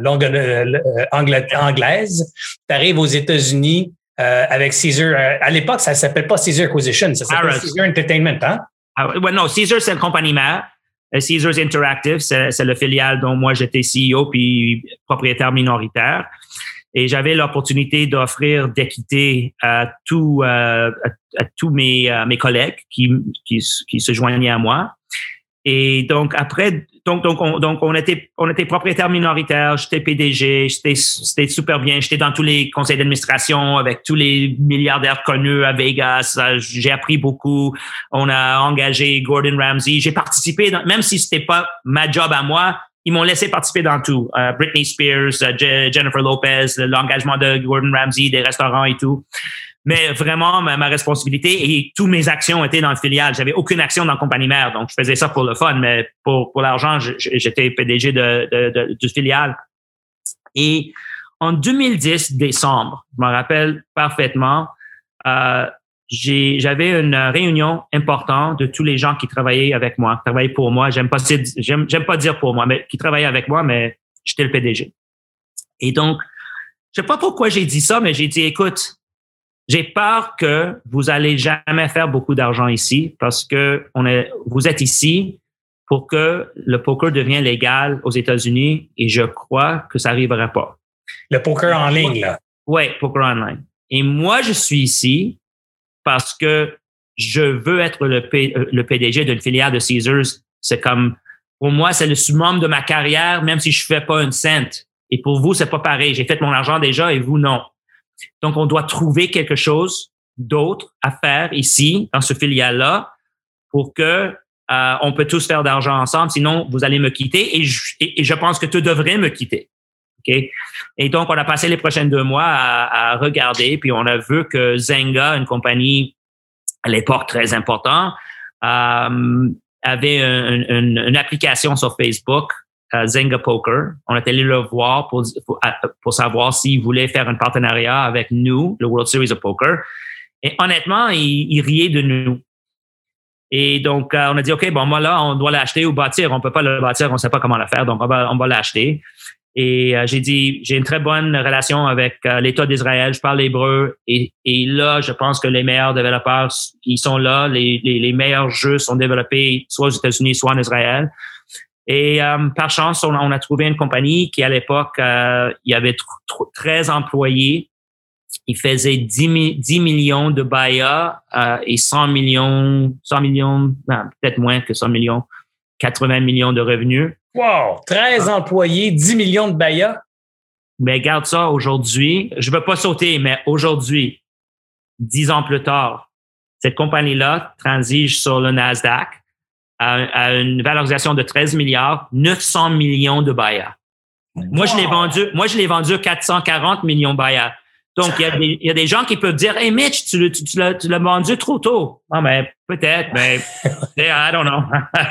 anglaise. Tu arrives aux États-Unis avec Caesar. À l'époque, ça ne s'appelle pas Caesar Acquisition, ça s'appelle Caesar Entertainment, hein? Non, Caesar, c'est une compagnie mère. Caesars Interactive, c'est le filiale dont moi, j'étais CEO puis propriétaire minoritaire. Et j'avais l'opportunité d'offrir d'équité à tous mes collègues qui se joignaient à moi. Et donc après, on était propriétaire minoritaire, j'étais PDG, c'était super bien, j'étais dans tous les conseils d'administration avec tous les milliardaires connus à Vegas, j'ai appris beaucoup. On a engagé Gordon Ramsay, j'ai participé même si c'était pas ma job à moi, ils m'ont laissé participer dans tout. Britney Spears, Jennifer Lopez, l'engagement de Gordon Ramsay, des restaurants et tout. Mais vraiment, ma responsabilité et toutes mes actions étaient dans le filiale. J'avais aucune action dans la compagnie mère, donc je faisais ça pour le fun, mais pour l'argent, j'étais PDG du filiale. Et en 2010, décembre, je me rappelle parfaitement, j'avais une réunion importante de tous les gens qui travaillaient avec moi, qui travaillaient pour moi. J'aime pas dire pour moi, mais qui travaillaient avec moi, mais j'étais le PDG. Et donc, je sais pas pourquoi j'ai dit ça, mais j'ai dit, écoute, j'ai peur que vous allez jamais faire beaucoup d'argent ici parce que vous êtes ici pour que le poker devienne légal aux États-Unis et je crois que ça n'arrivera pas. Le poker en ligne, là. Oui, poker online. Et moi, je suis ici parce que je veux être le PDG d'une filiale de Caesars. C'est comme, pour moi, c'est le summum de ma carrière, même si je fais pas une cent. Et pour vous, c'est pas pareil. J'ai fait mon argent déjà et vous, non. Donc, on doit trouver quelque chose d'autre à faire ici, dans ce filiale-là, pour que on peut tous faire d'argent ensemble. Sinon, vous allez me quitter et je pense que tu devrais me quitter. Okay? Et donc, on a passé les prochains 2 mois à regarder, puis on a vu que Zynga, une compagnie à l'époque très importante, avait une application sur Facebook, Zynga Poker. On est allé le voir pour savoir s'il voulait faire un partenariat avec nous, le World Series of Poker. Et honnêtement, il riait de nous. Et donc, on a dit, OK, bon, moi, là, on doit l'acheter ou bâtir. On peut pas le bâtir, on sait pas comment le faire, donc on va l'acheter. Et j'ai dit, j'ai une très bonne relation avec l'État d'Israël, je parle hébreu. Et là, je pense que les meilleurs développeurs, ils sont là. Les meilleurs jeux sont développés soit aux États-Unis, soit en Israël. Et par chance, on a trouvé une compagnie qui, à l'époque, il y avait 13 employés. Ils faisaient 10 millions de BAYA et 100 millions, peut-être moins que 100 millions, 80 millions de revenus. Wow! 13 employés, 10 millions de BAYA? Mais garde ça aujourd'hui. Je veux pas sauter, mais aujourd'hui, 10 ans plus tard, cette compagnie-là transige sur le Nasdaq à une valorisation de 13 milliards, 900 millions de BAYA. Moi, je l'ai vendu 440 millions de BAYA. Donc, il y a des gens qui peuvent dire, hey Mitch, tu l'as vendu trop tôt. Non, mais peut-être, mais I don't know.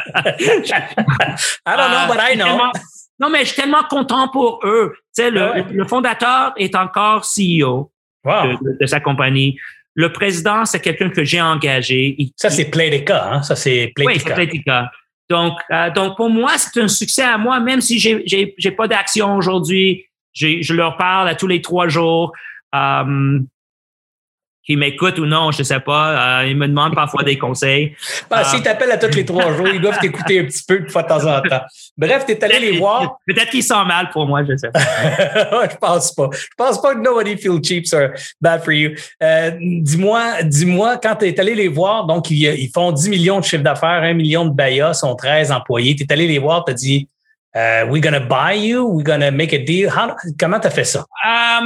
I don't know, but I know. Non, mais je suis tellement content pour eux. Tu sais, le fondateur est encore CEO de sa compagnie. Le président, c'est quelqu'un que j'ai engagé. Ça, c'est Playtika, hein? Ça, c'est Playtika. Oui, c'est Playtika. Donc, pour moi, c'est un succès à moi, même si j'ai pas d'action aujourd'hui. Je leur parle à tous les 3 jours. qui m'écoutent ou non, je sais pas. Ils me demandent parfois des conseils. S'ils t'appellent à tous les 3 jours, ils doivent t'écouter un petit peu de temps en temps. Bref, tu es allé les voir. Peut-être qu'ils sont mal pour moi, je sais pas. Je pense pas. Je pense pas que nobody feel cheap or bad for you. Dis-moi, quand tu es allé les voir, donc ils font 10 millions de chiffre d'affaires, 1 million de BAYA, sont 13 employés. Tu es allé les voir, tu as dit we're gonna buy you, we're gonna make a deal. Comment tu as fait ça?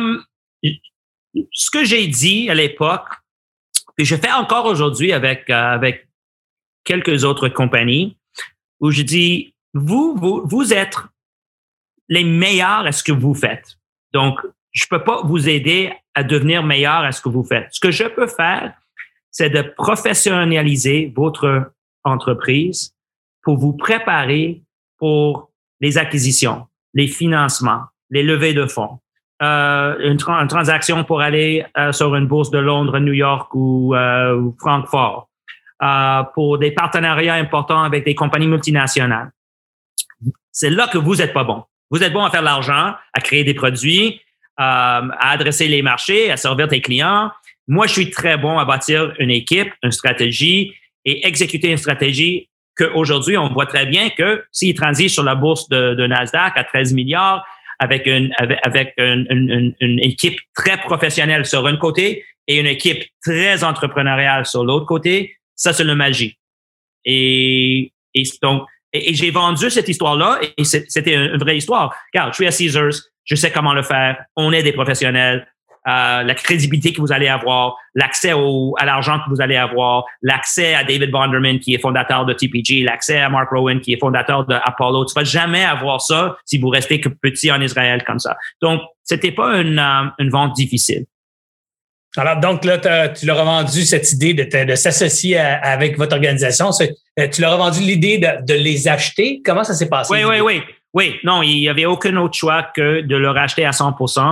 Ce que j'ai dit à l'époque, et je fais encore aujourd'hui avec quelques autres compagnies, où je dis, vous êtes les meilleurs à ce que vous faites. Donc, je peux pas vous aider à devenir meilleur à ce que vous faites. Ce que je peux faire, c'est de professionnaliser votre entreprise pour vous préparer pour les acquisitions, les financements, les levées de fonds. Une transaction pour aller sur une bourse de Londres, New York ou Francfort, pour des partenariats importants avec des compagnies multinationales. C'est là que vous n'êtes pas bon. Vous êtes bon à faire de l'argent, à créer des produits, à adresser les marchés, à servir tes clients. Moi, je suis très bon à bâtir une équipe, une stratégie et exécuter une stratégie qu'aujourd'hui, on voit très bien que s'ils transigent sur la bourse de Nasdaq à 13 milliards, avec une équipe très professionnelle sur un côté et une équipe très entrepreneuriale sur l'autre côté, ça, c'est le magie. Et j'ai vendu cette histoire-là et c'était une vraie histoire. Regarde, je suis à Caesars, je sais comment le faire, on est des professionnels, la crédibilité que vous allez avoir, l'accès à l'argent que vous allez avoir, l'accès à David Bonderman qui est fondateur de TPG, l'accès à Mark Rowan qui est fondateur de Apollo. Tu vas jamais avoir ça si vous restez que petit en Israël comme ça. Donc, c'était pas une vente difficile. Alors, donc là, tu leur as vendu cette idée de s'associer avec votre organisation. Tu leur as vendu l'idée de les acheter. Comment ça s'est passé? Oui. Non, il y avait aucun autre choix que de leur acheter à 100%.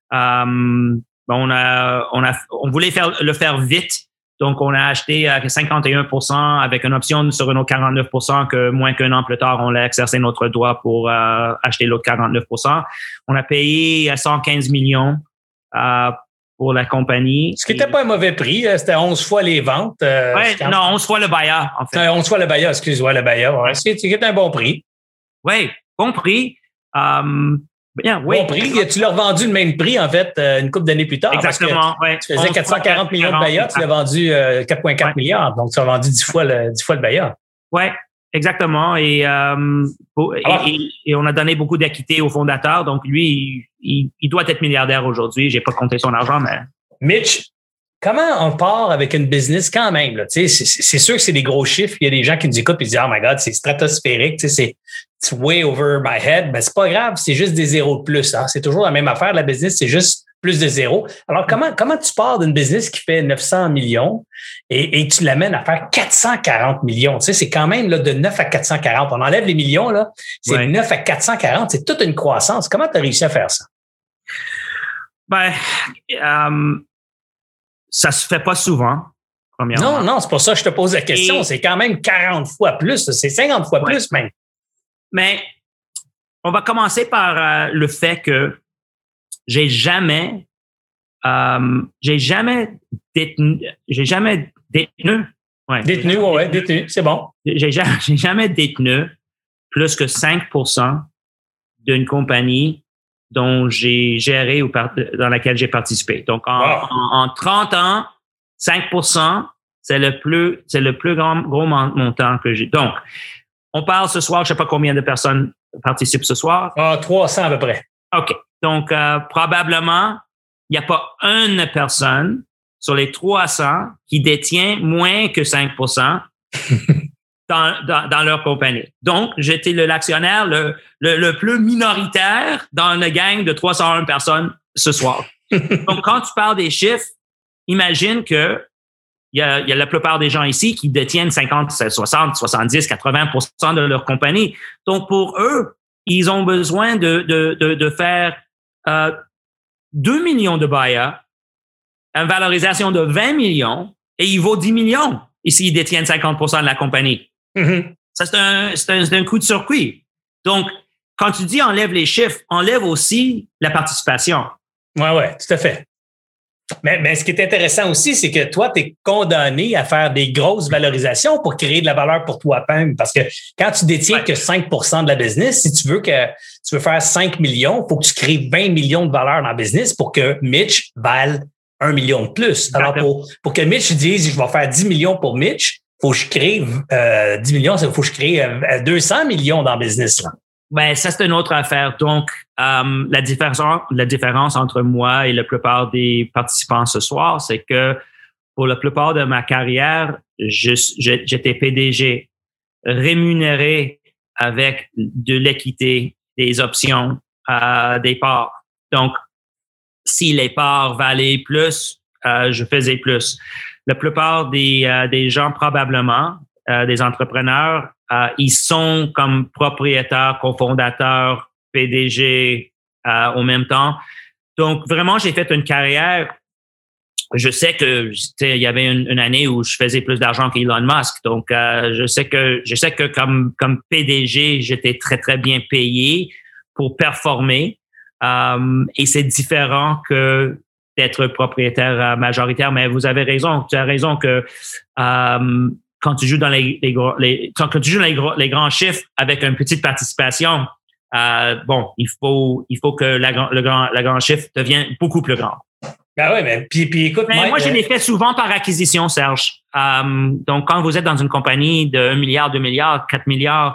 On voulait le faire vite, donc on a acheté à 51% avec une option sur un autre 49% que moins qu'un an plus tard, on a exercé notre droit pour acheter l'autre 49%. On a payé 115 millions pour la compagnie. Ce qui n'était pas un mauvais prix, c'était 11 fois les ventes. 11 fois le BAYA, en fait. 11 fois le BAYA, excuse-moi, le BAYA. Ouais. C'était un bon prix. Oui, bon prix. Bon prix. Tu l'as revendu le même prix, en fait, une couple d'années plus tard. Exactement. Tu faisais 440 millions de BAYA, tu l'as vendu 4,4 milliards. Donc, tu as vendu 10 fois le BAYA. Oui, exactement. Et on a donné beaucoup d'équité au fondateur. Donc, lui, il doit être milliardaire aujourd'hui. J'ai pas compté son argent, mais... Mitch, comment on part avec une business quand même? Là? C'est sûr que c'est des gros chiffres. Il y a des gens qui nous écoutent et disent « Oh my God, c'est stratosphérique. C'est way over my head. » Mais c'est pas grave, c'est juste des zéros de plus. Hein? C'est toujours la même affaire. La business, c'est juste plus de zéros. Alors, comment tu pars d'une business qui fait 900 millions et tu l'amènes à faire 440 millions? Tu sais, c'est quand même là, de 9 à 440. On enlève les millions, là. C'est 9 à 440. C'est toute une croissance. Comment tu as réussi à faire ça? Ça se fait pas souvent, premièrement. Non, c'est pour ça que je te pose la question. C'est quand même 40 fois plus. C'est 50 fois plus même. Mais on va commencer par le fait que j'ai jamais détenu. Détenu, c'est bon. J'ai jamais détenu plus que 5% d'une compagnie dont j'ai géré ou dans laquelle j'ai participé. Donc, en 30 ans, 5%, c'est le plus gros montant que j'ai. Donc, on parle ce soir, je sais pas combien de personnes participent ce soir. 300 à peu près. OK. Donc, probablement, il n'y a pas une personne sur les 300 qui détient moins que 5% dans leur compagnie. Donc, j'étais l'actionnaire le plus minoritaire dans une gang de 301 personnes ce soir. Donc, quand tu parles des chiffres, imagine que il y a la plupart des gens ici qui détiennent 50, 60, 70, 80% de leur compagnie. Donc, pour eux, ils ont besoin de faire 2 millions de BAYA, une valorisation de 20 millions, et il vaut 10 millions ici ils détiennent 50% de la compagnie. Mm-hmm. Ça, c'est un coup de circuit. Donc, quand tu dis enlève les chiffres, enlève aussi la participation. Ouais, tout à fait. Mais ce qui est intéressant aussi, c'est que toi, tu es condamné à faire des grosses valorisations pour créer de la valeur pour toi-même. Parce que quand tu détiens que 5 de la business, si tu veux faire 5 millions, il faut que tu crées 20 millions de valeur dans le business pour que Mitch vale 1 million de plus. Alors, pour que Mitch dise, je vais faire 10 millions pour Mitch, il faut que je crée 10 millions, il faut que je crée 200 millions dans le business. Là. Ben, ça, c'est une autre affaire. Donc, la différence entre moi et la plupart des participants ce soir, c'est que pour la plupart de ma carrière, j'étais PDG, rémunéré avec de l'équité, des options, des parts. Donc, si les parts valaient plus, je faisais plus. La plupart des gens, probablement, des entrepreneurs, ils sont comme propriétaires, cofondateurs, PDG au même temps. Donc, vraiment, j'ai fait une carrière. Je sais que il y avait une année où je faisais plus d'argent qu'Elon Musk. Donc, je sais que comme PDG, j'étais très, très bien payé pour performer. Et c'est différent que d'être propriétaire majoritaire. Mais vous avez raison. Tu as raison que quand tu joues dans les grands chiffres avec une petite participation, il faut que le grand chiffre devienne beaucoup plus grand. Ah oui, mais puis écoute, mais moi, je l'ai fait souvent par acquisition, Serge. Donc, quand vous êtes dans une compagnie de 1 milliard, 2 milliards, 4 milliards,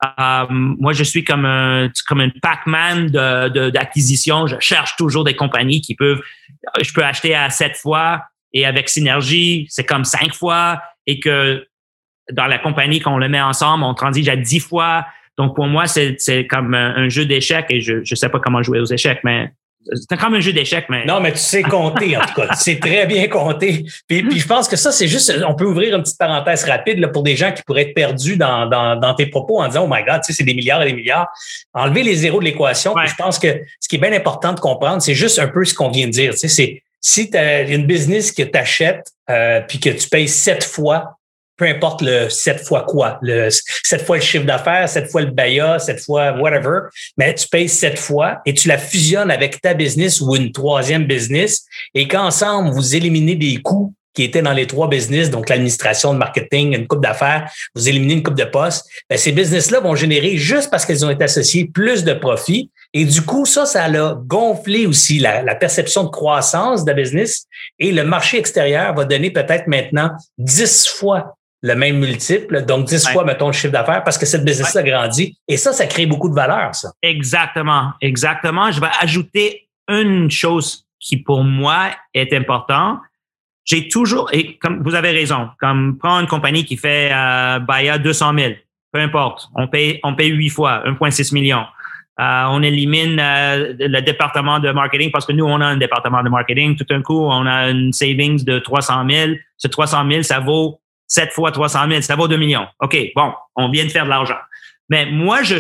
moi, je suis comme un Pac-Man d'acquisition. Je cherche toujours des compagnies je peux acheter à 7 fois et avec Synergie, c'est comme 5 fois et que dans la compagnie, quand on le met ensemble, on transige à 10 fois. Donc, pour moi, c'est comme un jeu d'échecs et je sais pas comment jouer aux échecs, mais c'est comme un jeu d'échecs, mais... Non, mais tu sais compter, en tout cas. Tu sais très bien compter. Puis je pense que ça, c'est juste... On peut ouvrir une petite parenthèse rapide là, pour des gens qui pourraient être perdus dans tes propos en disant « Oh my God, tu sais, c'est des milliards et des milliards. » Enlever les zéros de l'équation. Ouais. Je pense que ce qui est bien important de comprendre, c'est juste un peu ce qu'on vient de dire. Tu sais, c'est si tu as une business que tu achètes puis que tu payes 7 fois, peu importe le 7 fois quoi, 7 fois le chiffre d'affaires, 7 fois le BAYA, 7 fois whatever, mais tu payes 7 fois et tu la fusionnes avec ta business ou une troisième business et qu'ensemble, vous éliminez des coûts qui étaient dans les 3 business, donc l'administration, le marketing, une coupe d'affaires, vous éliminez une coupe de postes, bien, ces business-là vont générer, juste parce qu'elles ont été associées, plus de profits. Et du coup, ça a gonflé aussi la perception de croissance de la business et le marché extérieur va donner peut-être maintenant 10 fois le même multiple, donc 10 fois, mettons, le chiffre d'affaires parce que cette business-là grandit. Et ça crée beaucoup de valeur, ça. Exactement. Je vais ajouter une chose qui, pour moi, est importante. J'ai toujours, et comme vous avez raison, comme prends une compagnie qui fait BAYA 200 000, peu importe, on paye 8 fois, 1,6 million. On élimine le département de marketing parce que nous, on a un département de marketing. Tout d'un coup, on a une savings de 300 000. Ce 300 000, ça vaut 7 fois 300 000, ça vaut 2 millions. OK, bon, on vient de faire de l'argent. Mais moi, je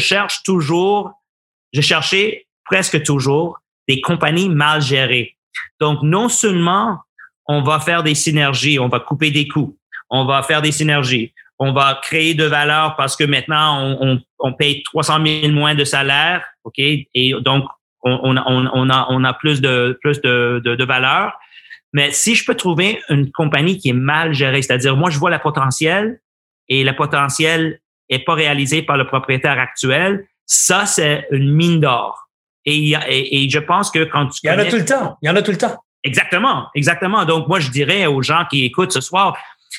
cherchais presque toujours des compagnies mal gérées. Donc, non seulement on va faire des synergies, on va couper des coûts, on va faire des synergies, on va créer de valeur parce que maintenant, on paye 300 000 moins de salaire, OK? Et donc, on a plus de valeur. Mais si je peux trouver une compagnie qui est mal gérée, c'est-à-dire moi, je vois le potentiel et le potentiel est pas réalisé par le propriétaire actuel, ça, c'est une mine d'or. Et je pense que quand tu... Il y en a tout le temps. Exactement. Donc, moi, je dirais aux gens qui écoutent ce soir,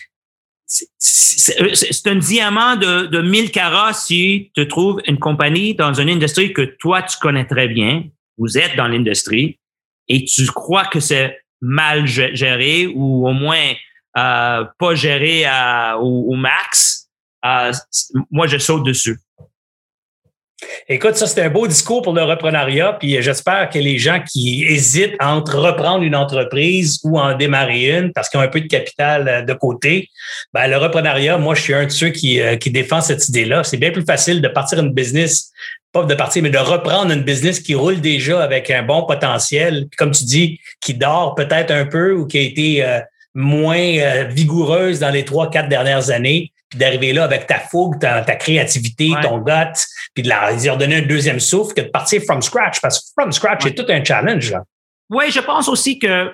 c'est un diamant de 1000 carats si tu trouves une compagnie dans une industrie que toi, tu connais très bien. Vous êtes dans l'industrie et tu crois que c'est mal géré ou au moins pas géré au max, moi, je saute dessus. Écoute, ça, c'est un beau discours pour le reprenariat, puis j'espère que les gens qui hésitent entre reprendre une entreprise ou en démarrer une parce qu'ils ont un peu de capital de côté, ben le reprenariat, moi, je suis un de ceux qui défend cette idée-là. C'est bien plus facile de partir une business, pas de partir, mais de reprendre une business qui roule déjà avec un bon potentiel, puis comme tu dis, qui dort peut-être un peu ou qui a été moins vigoureuse dans les 3-4 dernières années, puis d'arriver là avec ta fougue, ta créativité, ton gut, puis de leur donner un deuxième souffle que de partir from scratch, parce que from scratch, c'est tout un challenge, là. Oui, je pense aussi que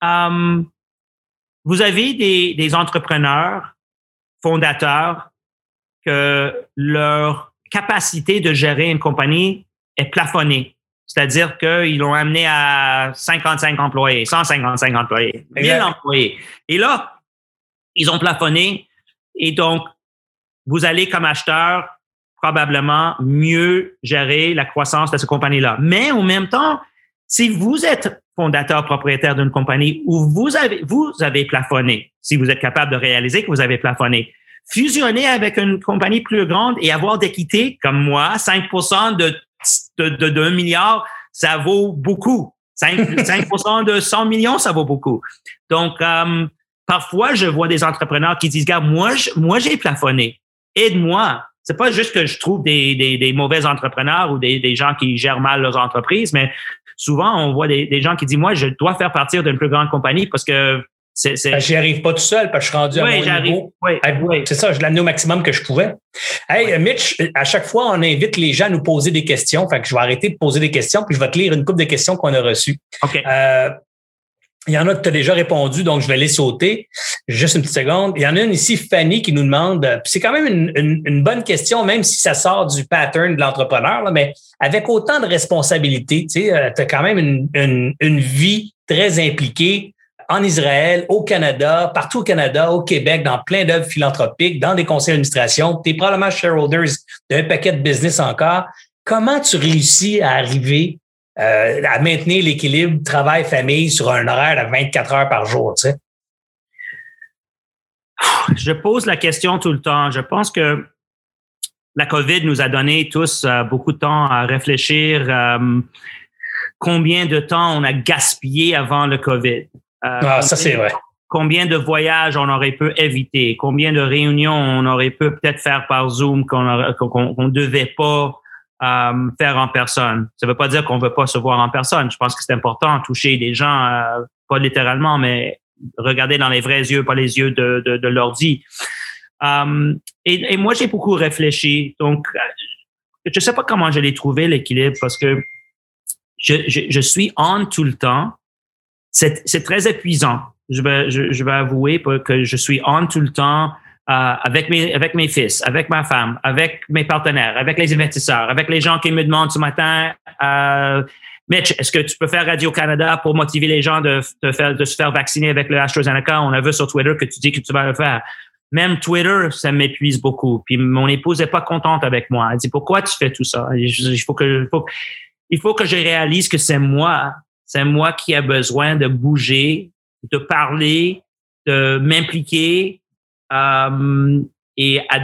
vous avez des entrepreneurs, fondateurs, que leur capacité de gérer une compagnie est plafonnée. C'est-à-dire qu'ils l'ont amené à 55 employés, 155 employés, 1000 employés. Et là, ils ont plafonné. Et donc, vous allez, comme acheteur, probablement mieux gérer la croissance de cette compagnie-là. Mais en même temps, si vous êtes fondateur, propriétaire d'une compagnie où vous avez plafonné, si vous êtes capable de réaliser que vous avez plafonné, fusionner avec une compagnie plus grande et avoir d'équité, comme moi, 5% de 1 milliard, ça vaut beaucoup. 5% de 100 millions, ça vaut beaucoup. Donc, parfois, je vois des entrepreneurs qui disent, regarde, moi, j'ai plafonné. Aide-moi. C'est pas juste que je trouve des mauvais entrepreneurs ou des gens qui gèrent mal leurs entreprises, mais souvent, on voit des gens qui disent, moi, je dois faire partir d'une plus grande compagnie parce que j'y arrive pas tout seul parce que je suis rendu à mon niveau. Oui. C'est ça, je l'ai amené au maximum que je pouvais. Hey, Mitch, à chaque fois, on invite les gens à nous poser des questions. Fait que je vais arrêter de poser des questions puis je vais te lire une couple de questions qu'on a reçues. OK. Il y en a que tu as déjà répondu, donc je vais les sauter. Juste une petite seconde. Il y en a une ici, Fanny, qui nous demande, puis c'est quand même une bonne question, même si ça sort du pattern de l'entrepreneur, là, mais avec autant de responsabilités, tu sais, tu as quand même une vie très impliquée en Israël, au Canada, partout au Canada, au Québec, dans plein d'œuvres philanthropiques, dans des conseils d'administration. Tu es probablement shareholders d'un paquet de business encore. Comment tu réussis à arriver à maintenir l'équilibre travail-famille sur un horaire de 24 heures par jour, tu sais? Je pose la question tout le temps. Je pense que la COVID nous a donné tous beaucoup de temps à réfléchir combien de temps on a gaspillé avant le COVID. Ça, c'est vrai. Combien de voyages on aurait pu éviter? Combien de réunions on aurait pu peut-être faire par Zoom qu'on ne devait pas faire en personne? Ça ne veut pas dire qu'on ne veut pas se voir en personne. Je pense que c'est important de toucher des gens, pas littéralement, mais regarder dans les vrais yeux, pas les yeux de l'ordi. Et moi, j'ai beaucoup réfléchi. Donc, je ne sais pas comment je l'ai trouvé, l'équilibre, parce que je suis on tout le temps. C'est très épuisant. Je vais avouer que je suis on tout le temps avec mes fils, avec ma femme, avec mes partenaires, avec les investisseurs, avec les gens qui me demandent ce matin, Mitch, est-ce que tu peux faire Radio-Canada pour motiver les gens de se faire vacciner avec le AstraZeneca? On a vu sur Twitter que tu dis que tu vas le faire. Même Twitter, ça m'épuise beaucoup. Puis mon épouse n'est pas contente avec moi. Elle dit, pourquoi tu fais tout ça? Il faut que je réalise que c'est moi qui a besoin de bouger, de parler, de m'impliquer. Et à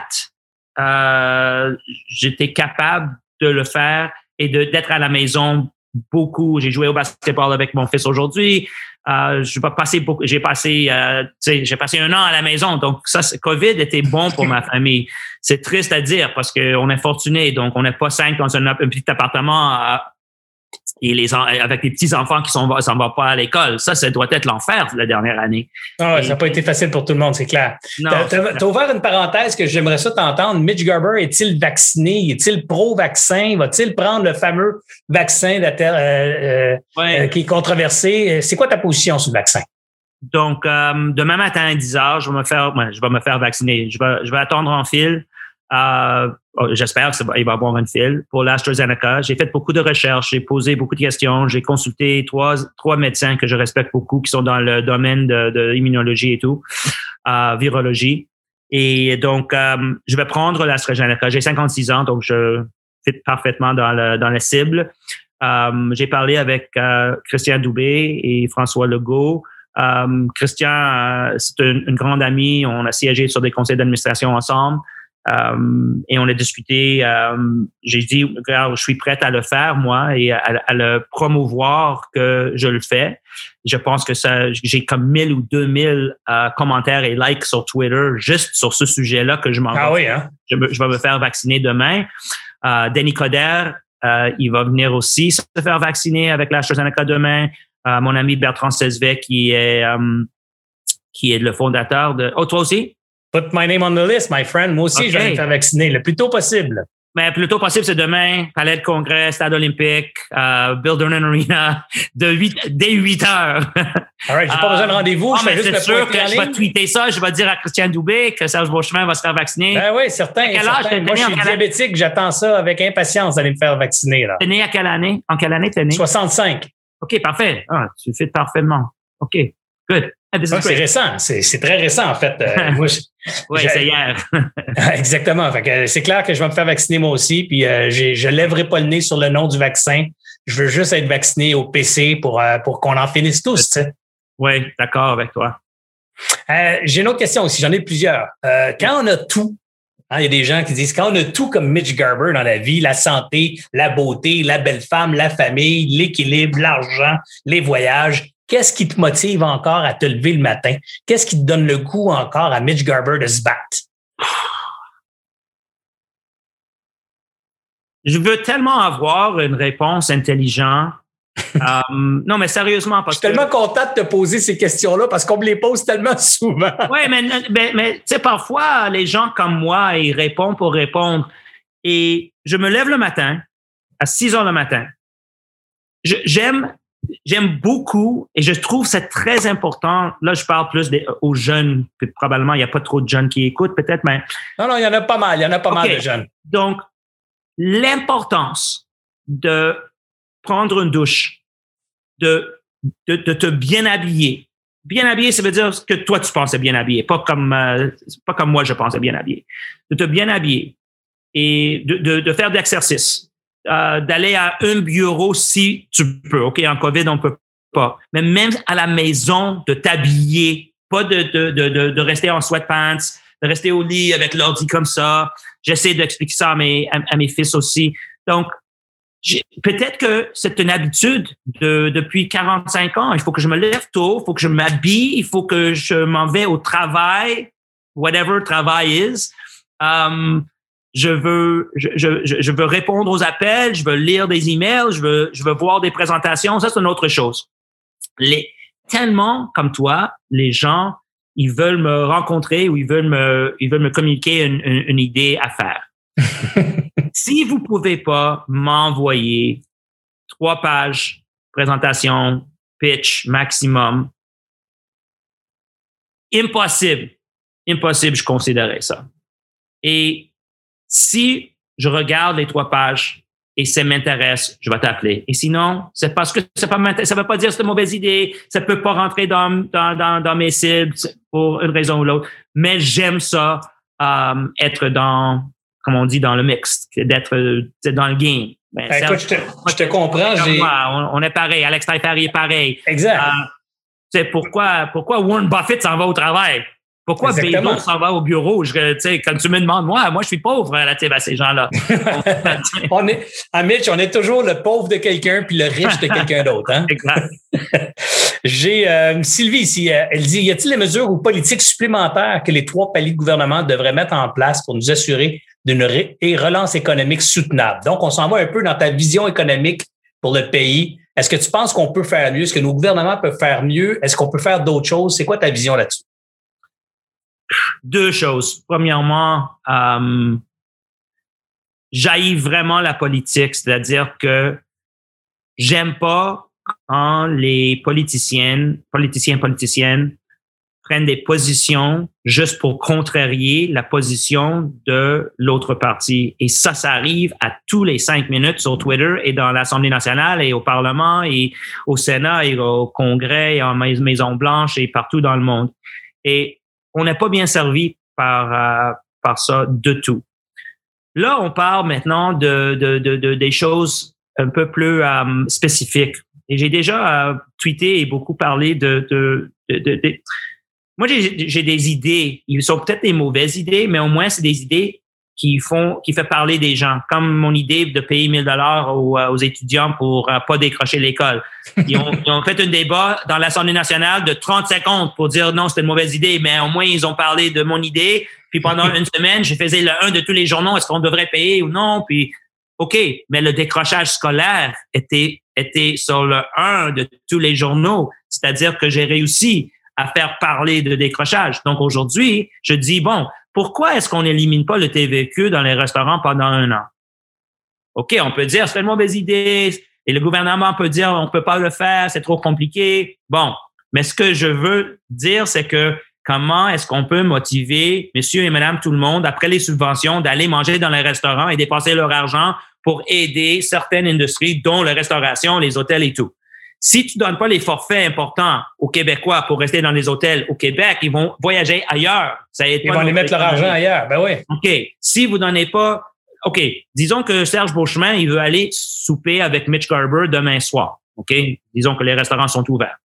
date, j'étais capable de le faire et d'être à la maison beaucoup. J'ai joué au basketball avec mon fils aujourd'hui. J'ai passé 1 an à la maison. Donc, ça, COVID était bon pour ma famille. C'est triste à dire parce qu'on est fortuné. Donc, on n'est pas 5 dans un petit appartement et avec les petits-enfants qui s'en vont pas à l'école. Ça doit être l'enfer la dernière année. Ah ouais, ça n'a pas été facile pour tout le monde, c'est clair. Tu as ouvert une parenthèse que j'aimerais ça t'entendre. Mitch Garber, est-il vacciné? Est-il pro-vaccin? Va-t-il prendre le fameux vaccin qui est controversé? C'est quoi ta position sur le vaccin? Donc, demain matin à 10 heures, je vais me faire vacciner. Je vais attendre en file. J'espère qu'il va y avoir une file pour l'AstraZeneca. J'ai fait beaucoup de recherches, j'ai posé beaucoup de questions, j'ai consulté trois médecins que je respecte beaucoup qui sont dans le domaine de immunologie et tout, virologie. Et donc, je vais prendre l'AstraZeneca. J'ai 56 ans, donc je fit parfaitement dans la cible. J'ai parlé avec Christian Dubé et François Legault. Christian, c'est une grande amie. On a siégé sur des conseils d'administration ensemble. Et on a discuté. J'ai dit, regarde, je suis prête à le faire, moi, et à le promouvoir que je le fais. Je pense que j'ai comme 1000 ou 2000 commentaires et likes sur Twitter juste sur ce sujet-là que je m'en vais. Ah oui, hein? Je vais me faire vacciner demain. Denis Coderre, il va venir aussi se faire vacciner avec l'AstraZeneca demain. Mon ami Bertrand Sesvet, qui est le fondateur de... Oh, toi aussi? Put my name on the list, my friend. Moi aussi, je vais me faire vacciner le plus tôt possible. Mais le plus tôt possible, c'est demain, Palais de Congrès, Stade olympique, Bill Durnan Arena, dès 8 heures. All right, j'ai pas besoin de rendez-vous. Je fais juste c'est sûr que je vais tweeter ça. Je vais dire à Christian Dubé que Serge Beauchemin va se faire vacciner. Ben oui, certain. Moi, je suis diabétique. J'attends ça avec impatience d'aller me faire vacciner. T'es né à quelle année? En quelle année t'es né? 65. OK, parfait. Ah, tu fais parfaitement. OK, good. C'est récent. C'est très récent, en fait. Oui, c'est hier. Exactement. Fait que c'est clair que je vais me faire vacciner moi aussi. Puis je lèverai pas le nez sur le nom du vaccin. Je veux juste être vacciné au PC pour qu'on en finisse tous. Tu sais. Oui, d'accord avec toi. J'ai une autre question aussi. J'en ai plusieurs. Quand on a tout, il y a des gens qui disent quand on a tout comme Mitch Garber dans la vie, la santé, la beauté, la belle femme, la famille, l'équilibre, l'argent, les voyages. Qu'est-ce qui te motive encore à te lever le matin? Qu'est-ce qui te donne le goût encore à Mitch Garber de se battre? Je veux tellement avoir une réponse intelligente. Non, mais sérieusement, parce que... Je suis tellement content de te poser ces questions-là parce qu'on me les pose tellement souvent. Oui, mais tu sais, parfois, les gens comme moi, ils répondent pour répondre. Et je me lève le matin, à 6 heures le matin. J'aime beaucoup et je trouve c'est très important. Là, je parle plus aux jeunes. Probablement, il n'y a pas trop de jeunes qui écoutent, peut-être, mais... Non, il y en a pas mal. Il y en a pas mal de jeunes. Donc, l'importance de prendre une douche, de te bien habiller. Bien habillé, ça veut dire que toi, tu penses bien habillé, pas comme moi, je pense bien habillé. De te bien habiller et de faire de l'exercice. D'aller à un bureau si tu peux. OK, en COVID, on peut pas. Mais même à la maison, de t'habiller, pas de rester en sweatpants, de rester au lit avec l'ordi comme ça. J'essaie d'expliquer ça à mes fils aussi. Donc, peut-être que c'est une habitude depuis 45 ans. Il faut que je me lève tôt, il faut que je m'habille, il faut que je m'en vais au travail, whatever travail is. Je veux répondre aux appels, je veux lire des emails, je veux voir des présentations. Ça, c'est une autre chose. Tellement comme toi, les gens, ils veulent me rencontrer ou ils veulent me communiquer une idée à faire. Si vous pouvez pas m'envoyer 3 pages, présentation, pitch, maximum, impossible, je considérais ça. Et si je regarde les 3 pages et ça m'intéresse, je vais t'appeler. Et sinon, c'est parce que ça veut pas dire que c'est une mauvaise idée, ça peut pas rentrer dans mes cibles pour une raison ou l'autre. Mais j'aime ça, être dans, comme on dit, dans le mix, d'être dans le game. Ben, écoute, je te comprends. On est pareil. Alex Taillefer est pareil. Exact. C'est pourquoi Warren Buffett s'en va au travail? Pourquoi Bezos s'en va au bureau? Quand tu me demandes, moi, je suis pauvre relatif à ces gens-là. Mitch, on est toujours le pauvre de quelqu'un puis le riche de quelqu'un d'autre. Hein? Exact. J'ai Sylvie ici. Elle dit, y a-t-il des mesures ou politiques supplémentaires que les 3 paliers de gouvernement devraient mettre en place pour nous assurer d'une relance économique soutenable? Donc, on s'en va un peu dans ta vision économique pour le pays. Est-ce que tu penses qu'on peut faire mieux? Est-ce que nos gouvernements peuvent faire mieux? Est-ce qu'on peut faire d'autres choses? C'est quoi ta vision là-dessus? 2 choses. Premièrement, j'haïs vraiment la politique, c'est-à-dire que j'aime pas quand les politiciennes prennent des positions juste pour contrarier la position de l'autre parti. Et ça arrive à tous les 5 minutes sur Twitter et dans l'Assemblée nationale et au Parlement et au Sénat et au Congrès et en Maison-Blanche et partout dans le monde. Et on n'est pas bien servi par ça de tout. Là, on parle maintenant des choses un peu plus spécifiques. Et j'ai déjà tweeté et beaucoup parlé Moi, j'ai des idées. Ils sont peut-être des mauvaises idées, mais au moins, c'est des idées qui fait parler des gens. Comme mon idée de payer 1 000 $ aux étudiants pour pas décrocher l'école. Ils ont fait un débat dans l'Assemblée nationale de 30 secondes pour dire non, c'était une mauvaise idée, mais au moins, ils ont parlé de mon idée. Puis pendant une semaine, je faisais le 1 de tous les journaux. Est-ce qu'on devrait payer ou non? Puis, OK, mais le décrochage scolaire était sur le 1 de tous les journaux. C'est-à-dire que j'ai réussi à faire parler de décrochage. Donc, aujourd'hui, je dis, bon, pourquoi est-ce qu'on n'élimine pas le TVQ dans les restaurants pendant 1 an? OK, on peut dire, c'est une mauvaise idée. Et le gouvernement peut dire, on peut pas le faire, c'est trop compliqué. Bon. Mais ce que je veux dire, c'est que comment est-ce qu'on peut motiver monsieur et madame tout le monde, après les subventions, d'aller manger dans les restaurants et dépenser leur argent pour aider certaines industries, dont la restauration, les hôtels et tout. Si tu donnes pas les forfaits importants aux Québécois pour rester dans les hôtels au Québec, ils vont voyager ailleurs. Ils vont aller mettre leur argent ailleurs. Ben oui. OK. Si vous donnez pas, OK. Disons que Serge Beauchemin, il veut aller souper avec Mitch Garber demain soir. OK. Disons que les restaurants sont ouverts.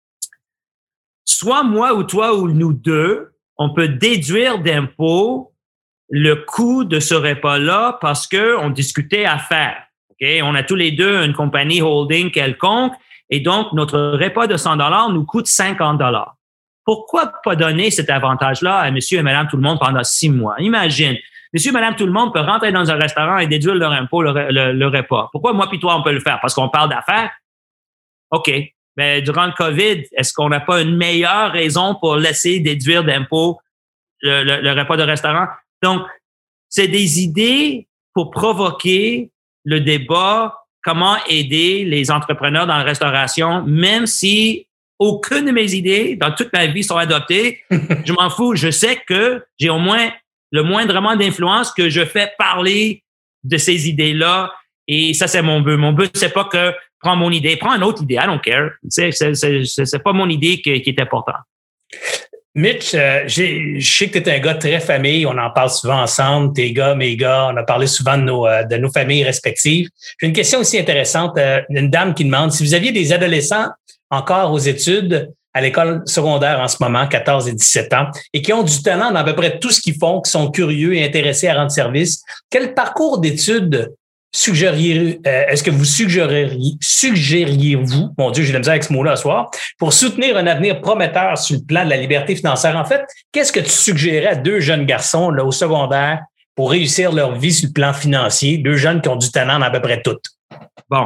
Soit moi ou toi ou nous deux, on peut déduire d'impôts le coût de ce repas-là parce que on discutait affaires. OK? On a tous les deux une compagnie holding quelconque et donc notre repas de $100 nous coûte $50. Pourquoi pas donner cet avantage-là à monsieur et madame tout le monde pendant 6 mois? Imagine, monsieur et madame tout le monde peut rentrer dans un restaurant et déduire leur impôt, le repas. Pourquoi moi puis toi on peut le faire? Parce qu'on parle d'affaires? OK. Mais durant le COVID, est-ce qu'on n'a pas une meilleure raison pour laisser déduire d'impôts le repas de restaurant? Donc, c'est des idées pour provoquer le débat, comment aider les entrepreneurs dans la restauration, même si aucune de mes idées dans toute ma vie sont adoptées. Je m'en fous. Je sais que j'ai au moins le moindrement d'influence que je fais parler de ces idées-là. Et ça, c'est mon but. Mon but, c'est pas que prends mon idée, prends une autre idée. I don't care. C'est pas mon idée qui est importante. Mitch, je sais que tu es un gars très famille. On en parle souvent ensemble. Tes gars, mes gars. On a parlé souvent de nos familles respectives. J'ai une question aussi intéressante. Une dame qui demande si vous aviez des adolescents encore aux études à l'école secondaire en ce moment, 14 et 17 ans, et qui ont du talent dans à peu près tout ce qu'ils font, qui sont curieux et intéressés à rendre service, quel parcours d'études est-ce que vous suggériez-vous, mon Dieu, j'ai de la misère avec ce mot-là ce soir, pour soutenir un avenir prometteur sur le plan de la liberté financière? En fait, qu'est-ce que tu suggérais à 2 jeunes garçons là, au secondaire pour réussir leur vie sur le plan financier, 2 jeunes qui ont du talent dans à peu près tout? Bon.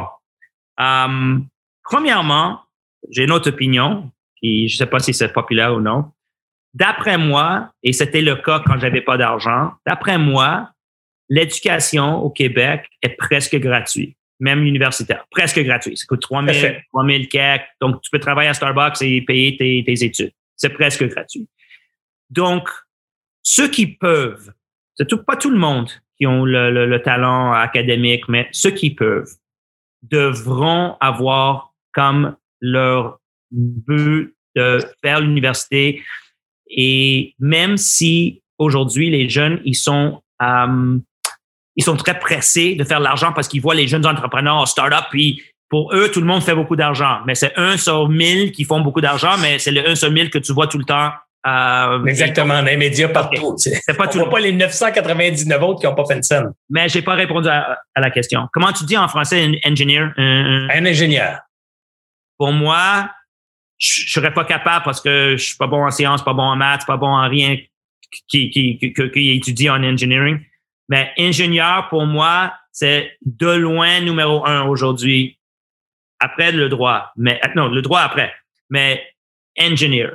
Premièrement, j'ai une autre opinion, et je ne sais pas si c'est populaire ou non. D'après moi, et c'était le cas quand j'avais pas d'argent, d'après moi, l'éducation au Québec est presque gratuite, même universitaire, presque gratuit. Ça coûte 3 000 CAC. Donc, tu peux travailler à Starbucks et payer tes études. C'est presque gratuit. Donc, ceux qui peuvent, pas tout le monde qui ont le talent académique, mais ceux qui peuvent devront avoir comme leur but de faire l'université. Et même si aujourd'hui, les jeunes, ils sont très pressés de faire de l'argent parce qu'ils voient les jeunes entrepreneurs en start-up, puis pour eux, tout le monde fait beaucoup d'argent. Mais c'est 1 sur 1000 qui font beaucoup d'argent, mais c'est le 1 sur 1000 que tu vois tout le temps. Exactement, dans les médias partout. Okay. C'est pas on voit pas les 999 autres qui n'ont pas fait une scène. Mais j'ai pas répondu à la question. Comment tu dis en français engineer? Un ingénieur. Pour moi, je serais pas capable parce que je suis pas bon en sciences, pas bon en maths, pas bon en rien qui étudie en engineering. Mais ingénieur, pour moi, c'est de loin numéro 1 aujourd'hui. Après le droit. Le droit après. Mais engineer.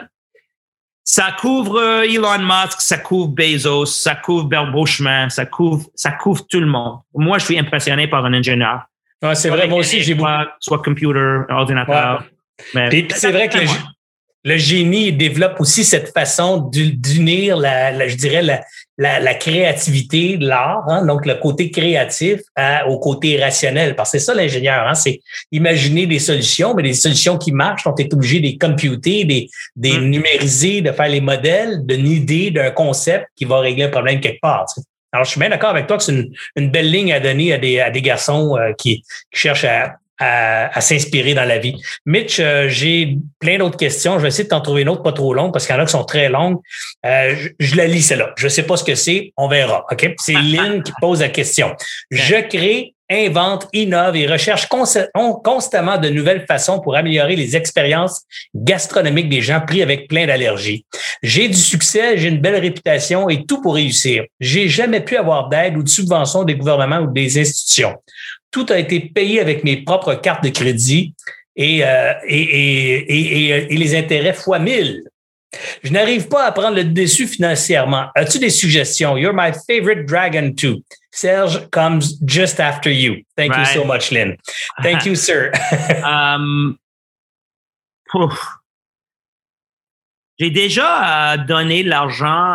Ça couvre Elon Musk, ça couvre Bezos, ça couvre Beauchemin, ça couvre tout le monde. Moi, je suis impressionné par un ingénieur. Ouais, c'est vrai, moi aussi, j'ai soit computer, ordinateur. Ouais. Mais c'est vrai que le génie développe aussi cette façon d'unir je dirais la créativité, l'art, hein, donc le côté créatif au côté rationnel. Parce que c'est ça l'ingénieur, hein, c'est imaginer des solutions, mais des solutions qui marchent, on est obligé de les computer, des numériser, de faire les modèles d'une idée, d'un concept qui va régler un problème quelque part. Tu sais. Alors, je suis bien d'accord avec toi que c'est une belle ligne à donner à des garçons qui cherchent à s'inspirer dans la vie. Mitch, j'ai plein d'autres questions. Je vais essayer de t'en trouver une autre pas trop longue parce qu'il y en a qui sont très longues. Je la lis celle-là. Je ne sais pas ce que c'est. On verra. OK? C'est Lynn qui pose la question. Je crée, invente, innove et recherche constamment de nouvelles façons pour améliorer les expériences gastronomiques des gens pris avec plein d'allergies. J'ai du succès, j'ai une belle réputation et tout pour réussir. J'ai jamais pu avoir d'aide ou de subvention des gouvernements ou des institutions. Tout a été payé avec mes propres cartes de crédit et les intérêts fois 1000. Je n'arrive pas à prendre le dessus financièrement. As-tu des suggestions? You're my favorite dragon too. Serge comes just after you. Thank you so much, Lynn. Thank you, sir. J'ai déjà donné de l'argent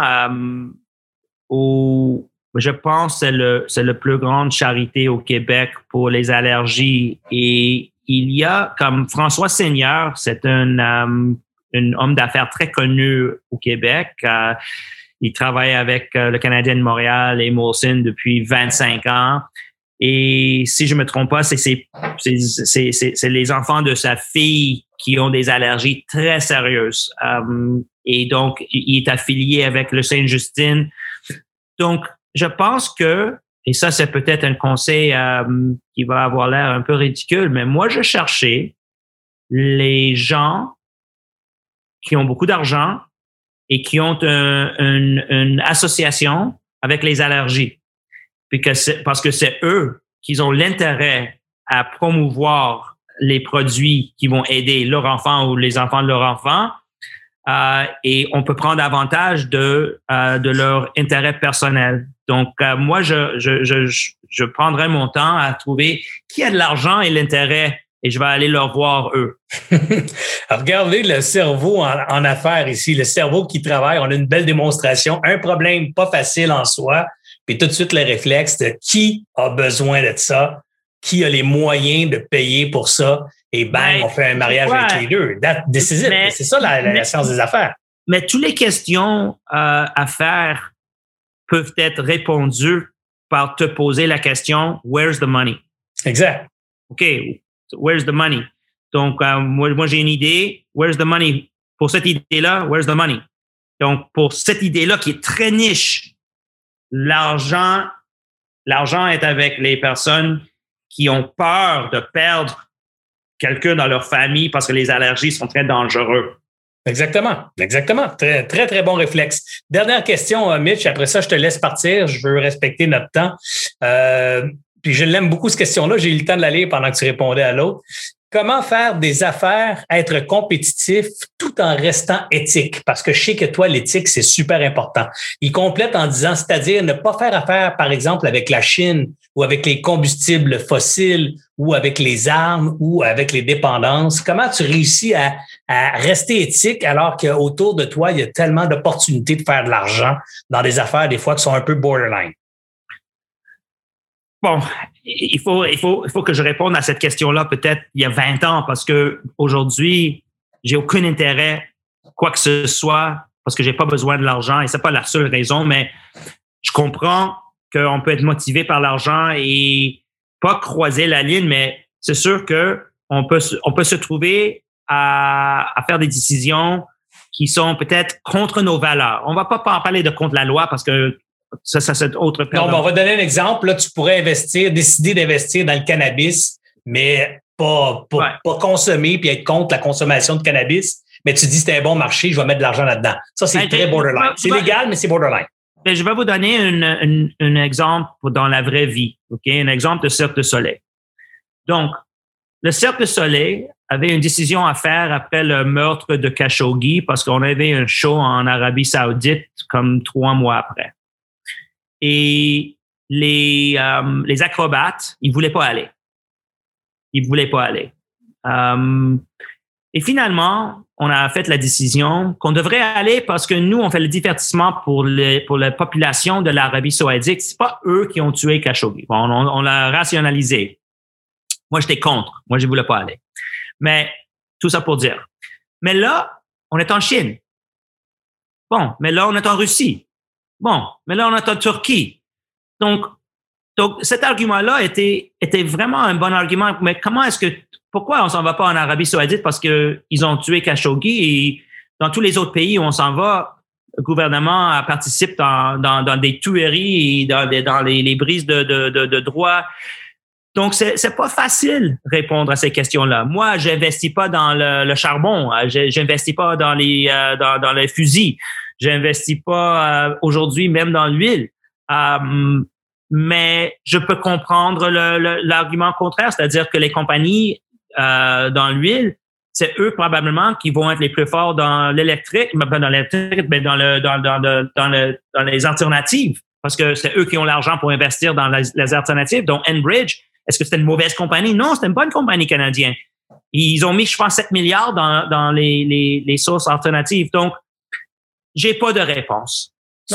je pense que c'est le plus grande charité au Québec pour les allergies. Et il y a comme François Seigneur, c'est un homme d'affaires très connu au Québec. Il travaille avec le Canadien de Montréal et Molson depuis 25 ans. Et si je me trompe pas, c'est les enfants de sa fille qui ont des allergies très sérieuses. Et donc, il est affilié avec le Sainte-Justine. Donc, je pense que, et ça, c'est peut-être un conseil qui va avoir l'air un peu ridicule, mais moi, je cherchais les gens qui ont beaucoup d'argent et qui ont une association avec les allergies. Parce que c'est eux qui ont l'intérêt à promouvoir les produits qui vont aider leurs enfants ou les enfants de leurs enfants. Et on peut prendre avantage de leur intérêt personnel. Donc, moi, je prendrai mon temps à trouver qui a de l'argent et l'intérêt et je vais aller leur voir eux. Regardez le cerveau en affaires ici, le cerveau qui travaille. On a une belle démonstration. Un problème pas facile en soi, puis tout de suite le réflexe de qui a besoin de ça, qui a les moyens de payer pour ça. Et bang, on fait un mariage avec les deux. C'est ça la science des affaires. Mais toutes les questions à faire peuvent être répondues par te poser la question « Where's the money? » Exact. OK, where's the money? Donc, moi, j'ai une idée. Where's the money? Pour cette idée-là, where's the money? Donc, pour cette idée-là qui est très niche, l'argent est avec les personnes qui ont peur de perdre quelqu'un dans leur famille parce que les allergies sont très dangereuses. Exactement. Très, très, très bon réflexe. Dernière question, Mitch. Après ça, je te laisse partir. Je veux respecter notre temps. Puis je l'aime beaucoup, cette question-là. J'ai eu le temps de la lire pendant que tu répondais à l'autre. Comment faire des affaires, être compétitif tout en restant éthique? Parce que je sais que toi, l'éthique, c'est super important. Il complète en disant, c'est-à-dire ne pas faire affaire, par exemple, avec la Chine ou avec les combustibles fossiles ou avec les armes ou avec les dépendances. Comment tu réussis à rester éthique alors qu'autour de toi, il y a tellement d'opportunités de faire de l'argent dans des affaires, des fois, qui sont un peu borderline? Bon, il faut que je réponde à cette question-là peut-être il y a 20 ans parce que aujourd'hui, j'ai aucun intérêt, quoi que ce soit, parce que j'ai pas besoin de l'argent et c'est pas la seule raison, mais je comprends qu'on peut être motivé par l'argent et pas croiser la ligne, mais c'est sûr que on peut se trouver à faire des décisions qui sont peut-être contre nos valeurs. On va pas en parler de contre la loi parce que ça c'est autre chose. Non, mais on va donner un exemple. Là, tu pourrais décider d'investir dans le cannabis, mais pas consommer puis être contre la consommation de cannabis. Mais tu dis c'est un bon marché, je vais mettre de l'argent là-dedans. Ça, c'est très borderline. C'est légal, mais c'est borderline. Mais je vais vous donner un exemple dans la vraie vie. OK? Un exemple de Cirque du Soleil. Donc, le Cirque du Soleil avait une décision à faire après le meurtre de Khashoggi parce qu'on avait un show en Arabie Saoudite comme 3 mois après. Et les acrobates, ils voulaient pas aller. Et finalement, on a fait la décision qu'on devrait aller parce que nous, on fait le divertissement pour la population de l'Arabie Saoudite. C'est pas eux qui ont tué Khashoggi. Bon, on l'a rationalisé. Moi, j'étais contre. Moi, je voulais pas aller. Mais tout ça pour dire. Mais là, on est en Chine. Bon, mais là, on est en Russie. Bon, mais là, on est en Turquie. Donc cet argument-là était vraiment un bon argument. Mais pourquoi on s'en va pas en Arabie Saoudite parce que ils ont tué Khashoggi et dans tous les autres pays où on s'en va, le gouvernement participe dans des tueries et dans les brises de droits. Donc, c'est pas facile de répondre à ces questions-là. Moi, j'investis pas dans le charbon. J'investis pas dans les fusils. J'investis pas aujourd'hui même dans l'huile. Mais je peux comprendre l'argument contraire, c'est-à-dire que les compagnies dans l'huile, c'est eux probablement qui vont être les plus forts dans l'électrique, mais dans les alternatives. parce que c'est eux qui ont l'argent pour investir dans les alternatives. Donc, Enbridge, est-ce que c'était une mauvaise compagnie? Non, c'était une bonne compagnie canadienne. Ils ont mis, je pense, 7 milliards dans les sources alternatives. Donc, j'ai pas de réponse.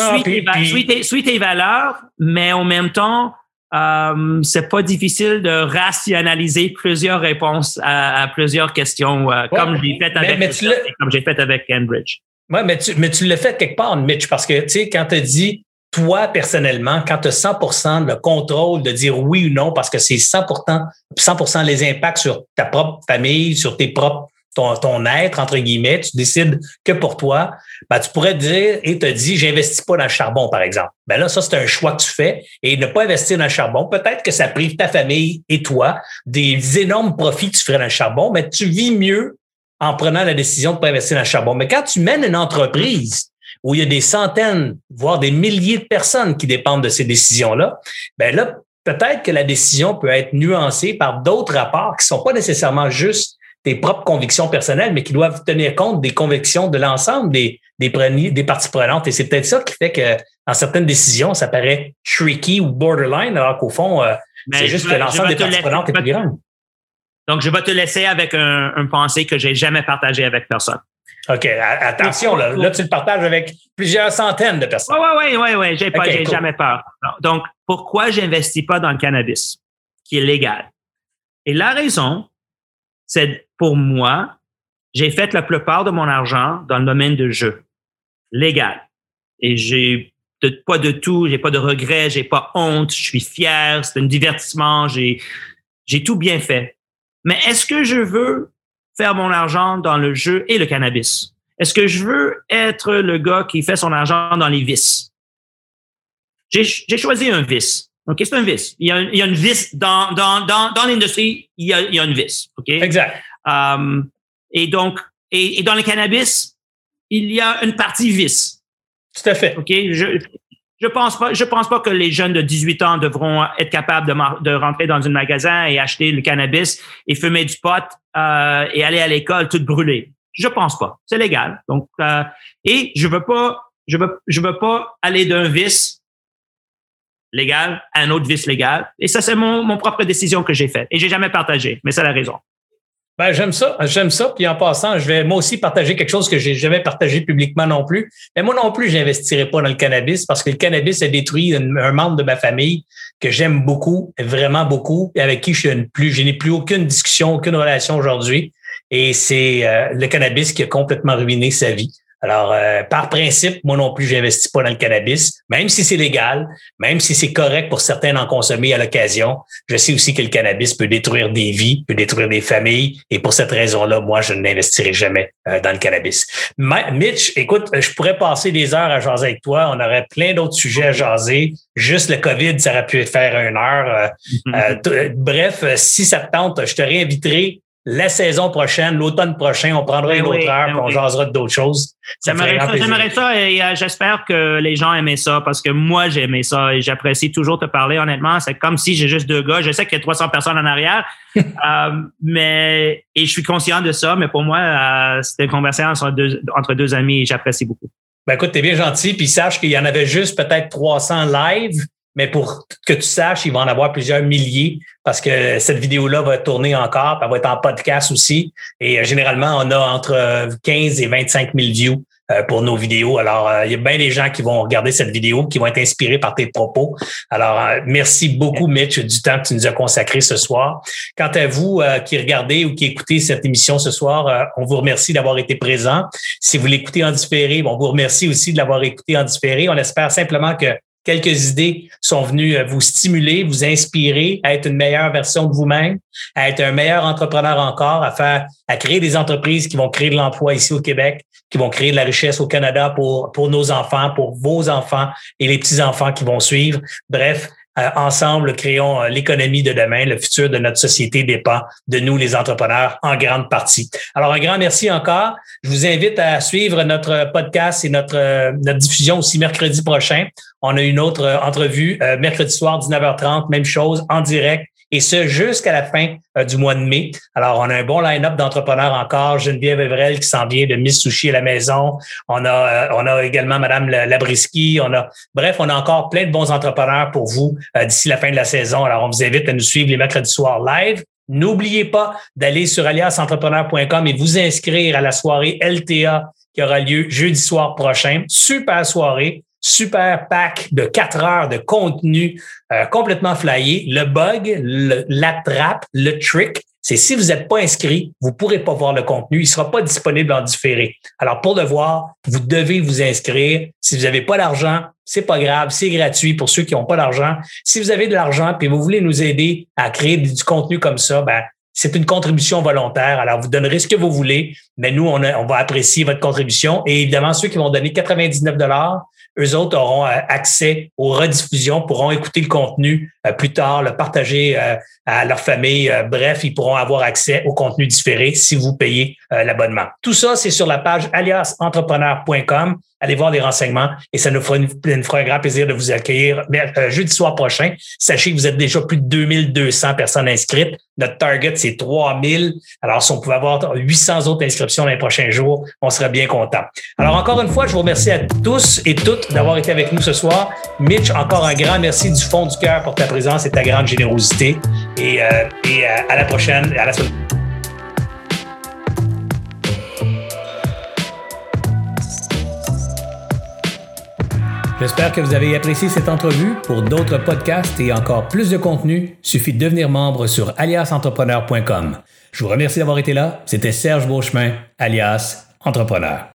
Suis tes valeurs, mais en même temps, c'est pas difficile de rationaliser plusieurs réponses à plusieurs questions, comme j'ai fait avec Enbridge. Oui, mais tu l'as fait quelque part, Mitch, parce que, tu sais, quand tu dis, toi, personnellement, quand tu as 100% de contrôle de dire oui ou non, parce que c'est 100% les impacts sur ta propre famille, sur ton être, entre guillemets, tu décides que pour toi, ben, tu pourrais dire et te dis, j'investis pas dans le charbon, par exemple. Ben là, ça, c'est un choix que tu fais. Et ne pas investir dans le charbon, peut-être que ça prive ta famille et toi des énormes profits que tu ferais dans le charbon, mais tu vis mieux en prenant la décision de pas investir dans le charbon. Mais quand tu mènes une entreprise où il y a des centaines, voire des milliers de personnes qui dépendent de ces décisions-là, ben là, peut-être que la décision peut être nuancée par d'autres rapports qui sont pas nécessairement juste tes propres convictions personnelles, mais qui doivent tenir compte des convictions de l'ensemble des parties prenantes. Et c'est peut-être ça qui fait que dans certaines décisions, ça paraît tricky ou borderline, alors qu'au fond, c'est juste que l'ensemble des parties prenantes est plus grand. Donc, je vais te laisser avec un pensée que j'ai jamais partagé avec personne. OK. Attention, là, tu le partages avec plusieurs centaines de personnes. Oui. J'ai jamais peur. Donc, pourquoi j'investis pas dans le cannabis, qui est légal? Et la raison, c'est pour moi, j'ai fait la plupart de mon argent dans le domaine de jeu légal. Et j'ai pas de tout, j'ai pas de regrets, j'ai pas honte, je suis fier, c'est un divertissement, j'ai tout bien fait. Mais est-ce que je veux faire mon argent dans le jeu et le cannabis? Est-ce que je veux être le gars qui fait son argent dans les vices? J'ai choisi un vice. OK, c'est un vice. Il y a une vice dans l'industrie, il y a une vice. OK? Exact. Et donc, et dans le cannabis, il y a une partie vice. Tout à fait. OK? Je pense pas que les jeunes de 18 ans devront être capables de rentrer dans un magasin et acheter le cannabis et fumer du pot, et aller à l'école tout brûlé. Je pense pas. C'est légal. Donc, et je veux pas aller d'un vice légal à un autre vice légal. Et ça, c'est mon propre décision que j'ai faite. Et j'ai jamais partagé, mais c'est la raison. Ben, j'aime ça. Puis en passant, je vais moi aussi partager quelque chose que j'ai jamais partagé publiquement non plus. Mais moi non plus, j'investirai pas dans le cannabis parce que le cannabis a détruit un membre de ma famille que j'aime beaucoup, vraiment beaucoup, et avec qui je n'ai plus aucune discussion, aucune relation aujourd'hui. Et c'est le cannabis qui a complètement ruiné sa vie. Alors, par principe, moi non plus, j'investis pas dans le cannabis, même si c'est légal, même si c'est correct pour certains d'en consommer à l'occasion. Je sais aussi que le cannabis peut détruire des vies, peut détruire des familles, et pour cette raison-là, moi, je n'investirai jamais dans le cannabis. Mitch, écoute, je pourrais passer des heures à jaser avec toi. On aurait plein d'autres sujets à jaser. Juste le COVID, ça aurait pu faire 1 heure. Bref, si ça te tente, je te réinviterai la saison prochaine, l'automne prochain, on prendra une autre heure et on jasera d'autres choses. J'aimerais ça et j'espère que les gens aimaient ça parce que moi, j'ai aimé ça et j'apprécie toujours te parler, honnêtement. C'est comme si j'ai juste 2 gars. Je sais qu'il y a 300 personnes en arrière, et je suis conscient de ça, mais pour moi, c'était une conversation entre deux amis et j'apprécie beaucoup. Ben écoute, t'es bien gentil, puis sache qu'il y en avait juste peut-être 300 live. Mais pour que tu saches, il va en avoir plusieurs milliers parce que cette vidéo-là va tourner encore, puis elle va être en podcast aussi. Et généralement, on a entre 15 et 25 000 views pour nos vidéos. Alors, il y a bien des gens qui vont regarder cette vidéo, qui vont être inspirés par tes propos. Alors, merci beaucoup, Mitch, du temps que tu nous as consacré ce soir. Quant à vous qui regardez ou qui écoutez cette émission ce soir, on vous remercie d'avoir été présent. Si vous l'écoutez en différé, on vous remercie aussi de l'avoir écouté en différé. On espère simplement que quelques idées sont venues vous stimuler, vous inspirer à être une meilleure version de vous-même, à être un meilleur entrepreneur encore, à créer des entreprises qui vont créer de l'emploi ici au Québec, qui vont créer de la richesse au Canada pour nos enfants, pour vos enfants et les petits-enfants qui vont suivre. Bref, ensemble, créons l'économie de demain. Le futur de notre société dépend de nous, les entrepreneurs, en grande partie. Alors, un grand merci encore. Je vous invite à suivre notre podcast et notre diffusion aussi mercredi prochain. On a une autre entrevue mercredi soir, 19h30, même chose, en direct. et ce jusqu'à la fin du mois de mai. Alors, on a un bon line-up d'entrepreneurs encore. Geneviève Evrel qui s'en vient de Miss Sushi à la maison. On a également Madame Labriski. Bref, on a encore plein de bons entrepreneurs pour vous d'ici la fin de la saison. Alors, on vous invite à nous suivre les mercredis soirs live. N'oubliez pas d'aller sur aliasentrepreneur.com et vous inscrire à la soirée LTA qui aura lieu jeudi soir prochain. Super soirée, super pack de 4 heures de contenu complètement flyé. Le bug, la trappe, le trick, c'est si vous n'êtes pas inscrit, vous ne pourrez pas voir le contenu. Il ne sera pas disponible en différé. Alors, pour le voir, vous devez vous inscrire. Si vous n'avez pas d'argent, c'est pas grave, c'est gratuit pour ceux qui n'ont pas d'argent. Si vous avez de l'argent et vous voulez nous aider à créer du contenu comme ça, c'est une contribution volontaire. Alors, vous donnerez ce que vous voulez, mais nous, on va apprécier votre contribution. Et évidemment, ceux qui vont donner 99 $, eux autres auront accès aux rediffusions, pourront écouter le contenu plus tard, le partager à leur famille. Bref, ils pourront avoir accès au contenu différé si vous payez l'abonnement. Tout ça, c'est sur la page aliasentrepreneur.com. Allez voir les renseignements et ça nous fera un grand plaisir de vous accueillir jeudi soir prochain. Sachez que vous êtes déjà plus de 2200 personnes inscrites. Notre target, c'est 3000. Alors, si on pouvait avoir 800 autres inscriptions dans les prochains jours, on serait bien content. Alors, encore une fois, je vous remercie à tous et toutes d'avoir été avec nous ce soir. Mitch, encore un grand merci du fond du cœur pour ta présence et ta grande générosité. Et à la prochaine, à la semaine. J'espère que vous avez apprécié cette entrevue. Pour d'autres podcasts et encore plus de contenu, suffit de devenir membre sur aliasentrepreneur.com. Je vous remercie d'avoir été là. C'était Serge Beauchemin, alias Entrepreneur.